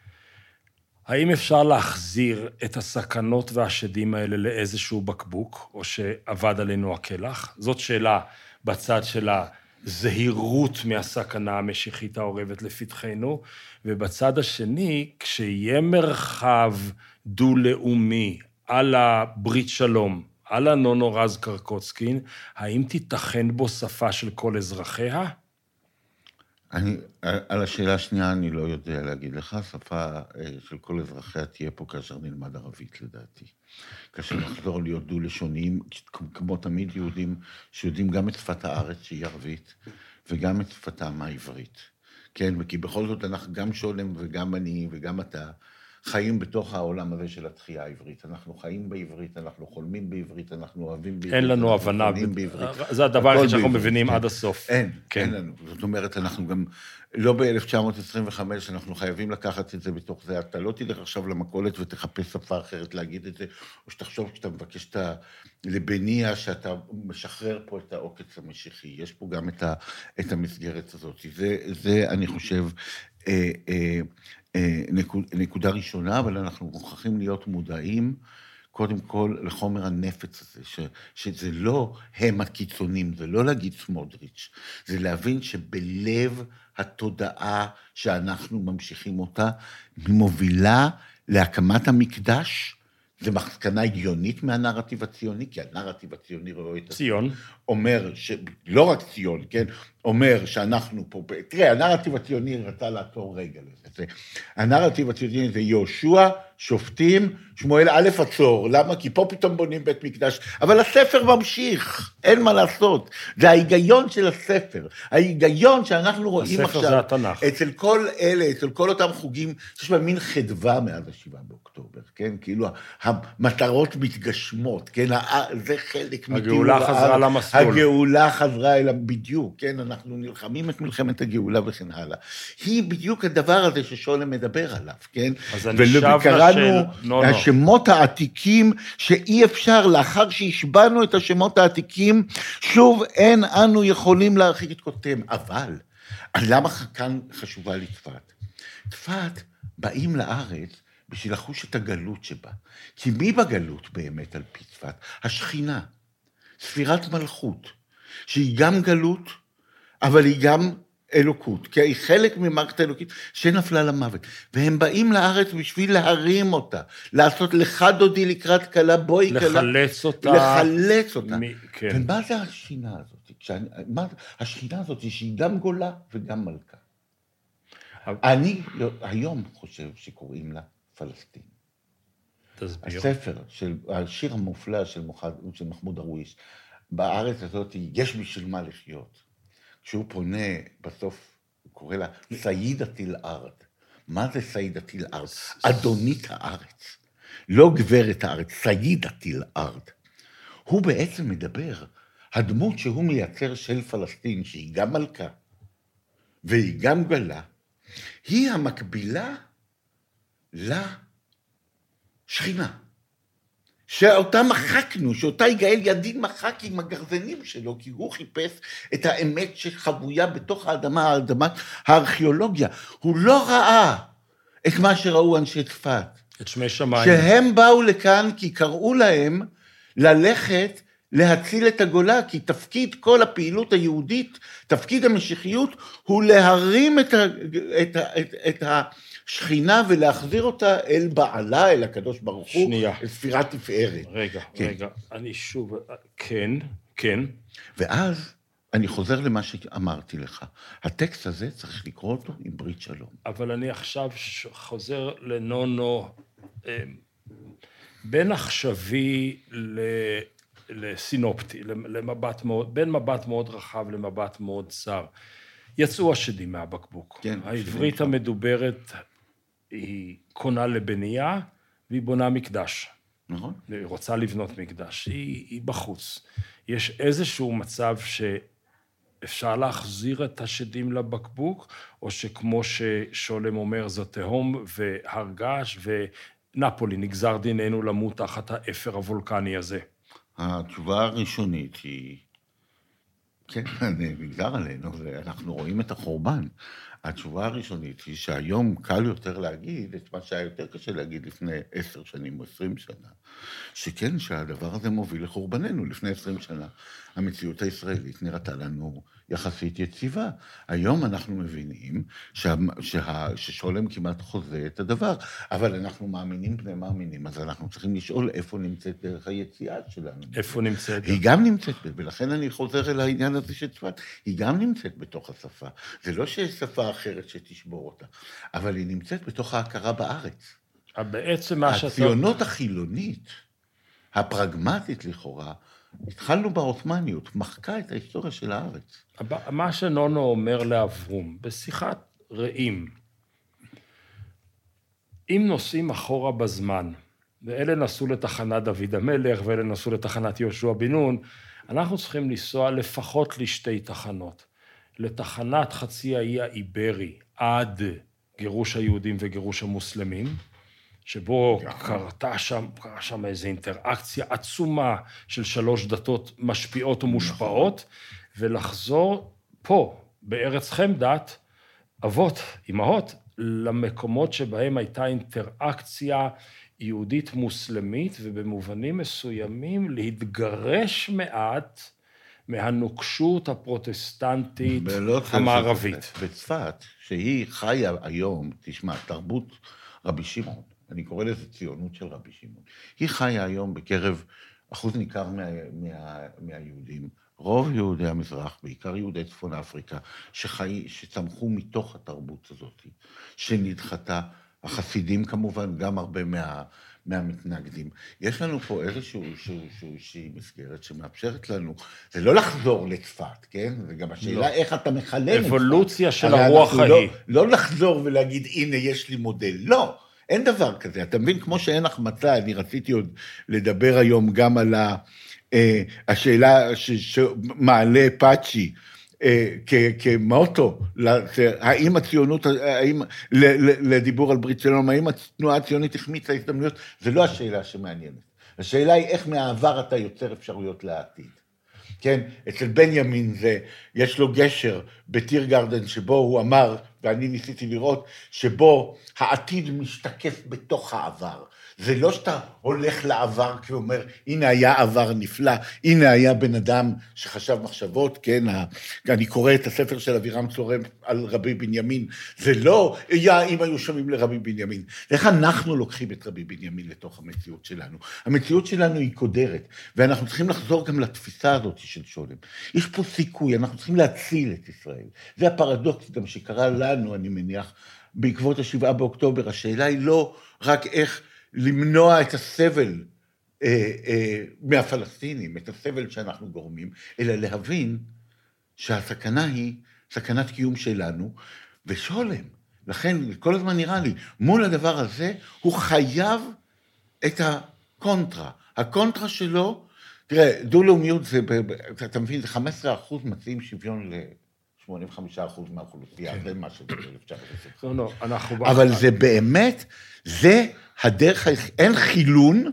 האם אפשר להחזיר את הסכנות והשדים האלה לאיזשהו בקבוק, או שעבד עלינו הכלח? זאת שאלה בצד של הזהירות מהסכנה המשיחית העורבת לפתחנו, ובצד השני, כשיהיה מרחב דו-לאומי על הברית שלום, על הנונו רז קרקוצקין, האם תיתכן בו שפה של כל אזרחיה? אני, על השאלה השנייה אני לא יודע להגיד לך, שפה של כל אזרחיה תהיה פה כאשר נלמד ערבית לדעתי. כאשר נחזור להיות דו-לשוניים, כמו תמיד יהודים, שיודעים גם את שפת הארץ שהיא ערבית, וגם את שפתם העברית. כן, וכי בכל זאת אנחנו גם שולם וגם אני וגם אתה, חיים בתוך העולם הזה של התחייה העברית. אנחנו חיים בעברית, אנחנו חולמים בעברית, אנחנו אוהבים בעברית. אין לנו הבנה. בעברית. זה הדבר היחיד שאנחנו מבינים עד הסוף. אין, אין לנו. זאת אומרת, אנחנו גם, לא ב-אלף תשע מאות עשרים וחמש, אנחנו חייבים לקחת את זה בתוך זה. אתה לא תלך עכשיו למכולת ותחפש שפה אחרת להגיד את זה, או שתחשוב כשאתה מבקש את הלבניה, שאתה משחרר פה את העוקץ המשיחי. יש פה גם את, ה, את המסגרת הזאת. זה, זה, אני חושב, אה, אה, נקודה ראשונה, אבל אנחנו מוכרחים להיות מודעים, קודם כל, לחומר הנפץ הזה, ש, שזה לא הם הקיצונים, זה לא להגיד סמוטריץ', זה להבין שבלב התודעה שאנחנו ממשיכים אותה, מובילה להקמת המקדש, זה מסקנה הגיונית מהנרטיב הציוני, כי הנרטיב הציוני רואה את ציון. אומר, ש... לא רק ציון, כן? אומר שאנחנו פה, תראה, הנרטיב הציוני רצה לעצור רגע לזה. הנרטיב הציוני זה יהושע, שופטים, שמואל א' עצור. למה? כי פה פתאום בונים בית מקדש. אבל הספר ממשיך, אין מה לעשות. זה ההיגיון של הספר. ההיגיון שאנחנו רואים עכשיו, הספר זה התנ"ך. אצל כל אלה, אצל כל אותם חוגים, יש בהם מין חדווה מאז השבעה באוקטובר, כן? כאילו, המטרות מתגשמות, כן? זה חלק הגאולה חזרה למסלול. הגאולה חזרה אליו בדיוק, כן? אנחנו נלחמים את מלחמת הגאולה וכן הלאה. היא בדיוק הדבר הזה ששולם מדבר עליו, כן? אז אני שב לשאל... וקראנו השמות העתיקים שאי אפשר, לאחר שהשבנו את השמות העתיקים, שוב אין אנו יכולים להרחיק את כותב. אבל, למה כאן חשובה לי צפת? צפת באים לארץ בשביל לחוש את הגלות שבה. כי מי בגלות באמת על פי צפת? השכינה, ספירת מלכות, שהיא גם גלות, אבל היא גם אלוקות, כי היא חלק ממערכת האלוקית שנפלה למוות. והם באים לארץ בשביל להרים אותה, לעשות לך דודי לקראת קלה, בואי קלה. לחלץ אותה. לחלץ אותה. מ... כן. ומה זה השכינה הזאת? כשאני, מה, השכינה הזאת היא שהיא גם גולה וגם מלכה. אבל... אני היום חושב שקוראים לה פלסטין. תסביר. הספר, של, השיר המופלא של, מוחד, של מחמוד דרוויש, בארץ הזאת יש בשביל מה לחיות. כשהוא פונה בסוף, הוא קורא לה סיידת אל-ארד. מה זה סיידת אל-ארד? אדונית הארץ. לא גברת הארץ, סיידת אל-ארד. הוא בעצם מדבר, הדמות שהוא מייצר של פלסטין, שהיא גם מלכה, והיא גם גלה, היא המקבילה לשכינה. שאותה מחקנו, שאותה יגאל ידין מחק עם הגרזנים שלו, כי הוא חיפש את האמת שחבויה בתוך האדמה, האדמת הארכיאולוגיה. הוא לא ראה את מה שראו אנשי צפת. את שמי שמיים. שהם באו לכאן כי קראו להם ללכת להציל את הגולה, כי תפקיד כל הפעילות היהודית, תפקיד המשיחיות, הוא להרים את, ה, את, ה, את, את השכינה ולהחזיר אותה אל בעלה, אל הקדוש ברוך הוא, שנייה. אל ספירת תפארת. רגע, כן. רגע, אני שוב, כן, כן. ואז אני חוזר למה שאמרתי לך. הטקסט הזה צריך לקרוא אותו עם ברית שלום. אבל אני עכשיו חוזר לנונו, בין עכשווי ל... לסינופטי, למבט מאוד, בין מבט מאוד רחב למבט מאוד צר. יצאו השדים מהבקבוק. כן, העברית המדוברת היא קונה לבנייה, והיא בונה מקדש. נכון. היא רוצה לבנות מקדש, היא, היא בחוץ. יש איזשהו מצב שאפשר להחזיר את השדים לבקבוק, או שכמו ששולם אומר, זאת תהום והרגש, ונפולי נגזר דיננו למות תחת האפר הוולקני הזה. התשובה הראשונית היא, כן, נגזר עלינו, ואנחנו רואים את החורבן. התשובה הראשונית היא שהיום קל יותר להגיד את מה שהיה יותר קשה להגיד לפני עשר שנים או עשרים שנה, שכן, שהדבר הזה מוביל לחורבננו. לפני עשרים שנה המציאות הישראלית נראתה לנו יחסית יציבה. היום אנחנו מבינים שה, שה, ששולם כמעט חוזה את הדבר, אבל אנחנו מאמינים פני מאמינים, אז אנחנו צריכים לשאול איפה נמצאת דרך היציאה שלנו. איפה נמצאת? היא גם נמצאת, ולכן אני חוזר אל העניין הזה של צפת, היא גם נמצאת בתוך השפה. זה לא שיש שפה אחרת שתשבור אותה, אבל היא נמצאת בתוך ההכרה בארץ. בעצם מה שאתה... הציונות החילונית, הפרגמטית לכאורה, התחלנו בעות'מאניות, מחקה את ההיסטוריה של הארץ. מה שנונו אומר לאברום, בשיחת רעים, אם נוסעים אחורה בזמן, ואלה נסעו לתחנת דוד המלך, ואלה נסעו לתחנת יהושע בן נון, אנחנו צריכים לנסוע לפחות לשתי תחנות. לתחנת חצי האי האיברי, עד גירוש היהודים וגירוש המוסלמים, שבו קרתה שם, קרה שם איזו אינטראקציה עצומה של שלוש דתות משפיעות ומושפעות, ולחזור פה, בארץ חמדת, אבות, אמהות, למקומות שבהם הייתה אינטראקציה יהודית מוסלמית, ובמובנים מסוימים להתגרש מעט מהנוקשות הפרוטסטנטית המערבית. בצפת, שהיא חיה היום, תשמע, תרבות רבי שמעון, אני קורא לזה ציונות של רבי שמעון, היא חיה היום בקרב אחוז ניכר מה, מה, מהיהודים, רוב יהודי המזרח, בעיקר יהודי צפון אפריקה, שחי, שצמחו מתוך התרבות הזאת, שנדחתה, החסידים כמובן, גם הרבה מה, מהמתנגדים. יש לנו פה איזשהו שהיא מסגרת שמאפשרת לנו, זה לא לחזור לצפת, כן? זה גם השאלה לא. איך אתה מחלם. אבולוציה של הרוח ההיא. לא, לא לחזור ולהגיד, הנה, יש לי מודל. לא, אין דבר כזה. אתה מבין, כמו שאין החמצה, אני רציתי עוד לדבר היום גם על ה, אה, השאלה ש, שמעלה פאצ'י, כמוטו, האם הציונות, האם לדיבור על ברית שלום, האם התנועה הציונית החמיצה הזדמנויות, זה לא השאלה שמעניינת. השאלה היא איך מהעבר אתה יוצר אפשרויות לעתיד. כן, אצל בנימין זה, יש לו גשר בטיר גרדן, שבו הוא אמר, ואני ניסיתי לראות, שבו העתיד משתקף בתוך העבר. זה לא שאתה הולך לעבר, כי הוא אומר, הנה היה עבר נפלא, הנה היה בן אדם שחשב מחשבות, כן, אני קורא את הספר של אבירם צורם על רבי בנימין, זה לא, היה אם היו שומעים לרבי בנימין, איך אנחנו לוקחים את רבי בנימין לתוך המציאות שלנו? המציאות שלנו היא קודרת, ואנחנו צריכים לחזור גם לתפיסה הזאת של שולם. יש פה סיכוי, אנחנו צריכים להציל את ישראל. זה הפרדוקס גם שקרה לנו, אני מניח, בעקבות השבעה באוקטובר, השאלה היא לא רק איך למנוע את הסבל אה, אה, מהפלסטינים, את הסבל שאנחנו גורמים, אלא להבין שהסכנה היא סכנת קיום שלנו, ושולם, לכן כל הזמן נראה לי, מול הדבר הזה, הוא חייב את הקונטרה. הקונטרה שלו, תראה, דו-לאומיות זה, אתה מבין, זה חמישה עשר אחוז מציעים שוויון ל-שמונים וחמישה אחוז מהאוכלוסייה, זה מה שזה אפשר לעשות. לא, לא, אנחנו... אבל זה באמת, זה הדרך, אין חילון,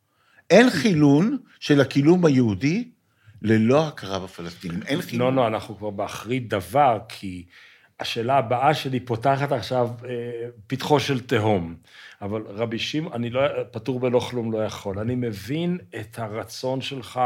אין חילון של הקילום היהודי ללא הכרה בפלסטינים, אין חילון. לא, לא, אנחנו כבר באחרית דבר, כי השאלה הבאה שלי פותחת עכשיו פתחו של תהום, אבל רבי שמעון, אני לא, פטור בלא כלום לא יכול, אני מבין את הרצון שלך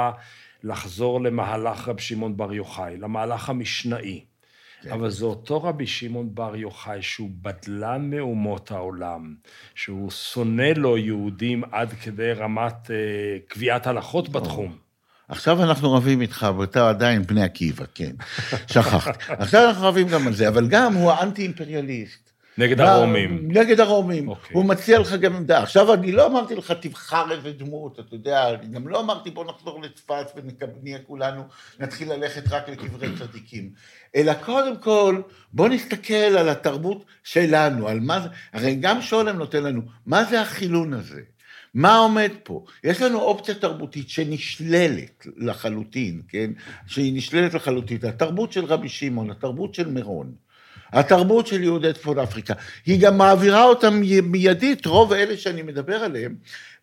לחזור למהלך רבי שמעון בר יוחאי, למהלך המשנאי, אבל זה אותו רבי שמעון בר יוחאי, שהוא בדלן מאומות העולם, שהוא שונא לו יהודים עד כדי רמת אה, קביעת הלכות בתחום. עכשיו אנחנו רבים איתך, ואתה עדיין בני עקיבא, כן, שכחת. עכשיו אנחנו רבים גם על זה, אבל גם הוא האנטי-אימפריאליסט. נגד הרומים. נגד הרומים. Okay. הוא מציע לך גם עמדה. עכשיו אני לא אמרתי לך, תבחר איזה דמות, אתה יודע, אני גם לא אמרתי, בוא נחזור לצפת ונהיה כולנו, נתחיל ללכת רק לקברי צדיקים. אלא קודם כל, בוא נסתכל על התרבות שלנו, על מה זה, הרי גם שולם נותן לנו, מה זה החילון הזה? מה עומד פה? יש לנו אופציה תרבותית שנשללת לחלוטין, כן? שהיא נשללת לחלוטין. התרבות של רבי שמעון, התרבות של מירון, התרבות של יהודי צפון אפריקה, היא גם מעבירה אותם מיידית, רוב אלה שאני מדבר עליהם,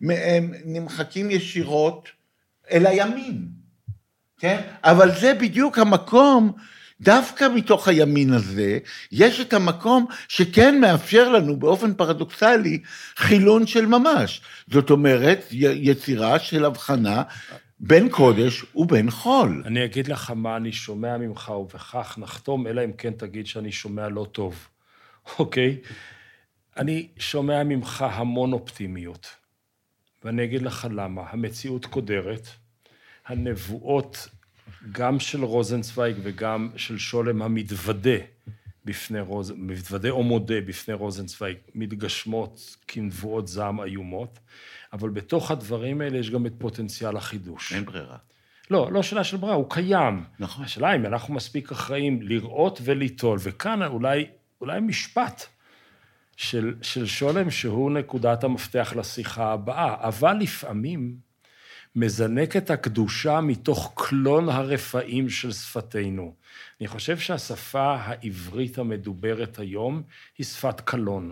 הם נמחקים ישירות אל הימין, כן? אבל זה בדיוק המקום, דווקא מתוך הימין הזה, יש את המקום שכן מאפשר לנו באופן פרדוקסלי חילון של ממש. זאת אומרת, יצירה של הבחנה בין קודש ובין חול. אני אגיד לך מה אני שומע ממך, ובכך נחתום, אלא אם כן תגיד שאני שומע לא טוב, אוקיי? אני שומע ממך המון אופטימיות, ואני אגיד לך למה. המציאות קודרת, הנבואות גם של רוזנצוויג וגם של שולם המתוודה בפני רוז... מתוודה או מודה בפני רוזנצוויג, מתגשמות כנבואות זעם איומות, אבל בתוך הדברים האלה יש גם את פוטנציאל החידוש. אין ברירה. לא, לא שאלה של ברירה, הוא קיים. נכון. השאלה אם אנחנו מספיק אחראים לראות וליטול, וכאן אולי, אולי משפט, של, של שולם, שהוא נקודת המפתח לשיחה הבאה, אבל לפעמים מזנקת הקדושה מתוך קלון הרפאים של שפתנו. אני חושב שהשפה העברית המדוברת היום היא שפת קלון.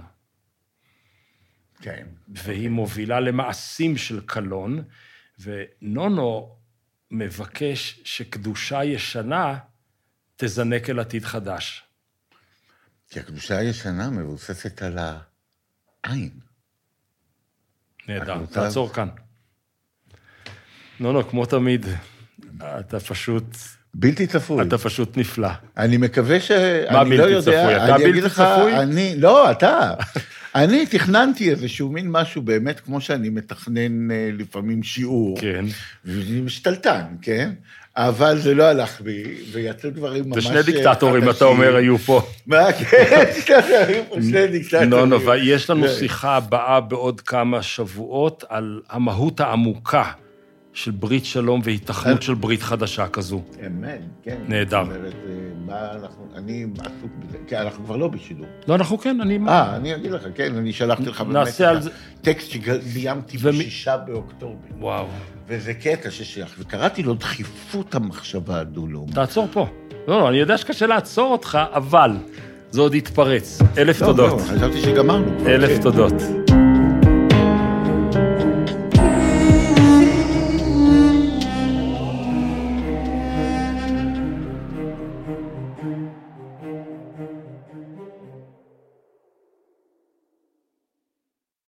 כן. והיא מובילה למעשים של קלון, ונונו מבקש שקדושה ישנה תזנק אל עתיד חדש. כי הקדושה הישנה מבוססת על העין. נהדר, תעצור כאן. נונו, כמו תמיד, אתה פשוט... בלתי צפוי. אתה פשוט נפלא. אני מקווה ש... מה בלתי צפוי? אתה בלתי צפוי? אני... לא, אתה. אני תכננתי איזשהו מין משהו באמת, כמו שאני מתכנן לפעמים שיעור. כן. ואני משתלטן, כן? אבל זה לא הלך בי, ויצאו דברים ממש... זה שני דיקטטורים, אתה אומר, היו פה. מה, כן, היו פה שני דיקטטורים. לא, לא, ויש לנו שיחה הבאה בעוד כמה שבועות על המהות העמוקה של ברית שלום והתכנות של ברית חדשה כזו. אמן, כן. נהדר. זאת אומרת, מה אנחנו... אני עסוק בזה, כי אנחנו כבר לא בשידור. לא, אנחנו כן, אני... אה, אני אגיד לך, כן, אני שלחתי לך באמת את הטקסט שביימתי בשישה באוקטובר. וואו. וזה קטע ששייך, וקראתי לו דחיפות המחשבה הדו-לאומית. תעצור פה. לא, לא, אני יודע שקשה לעצור אותך, אבל זה עוד יתפרץ. אלף תודות. לא, לא, חשבתי שגמרנו. אלף תודות.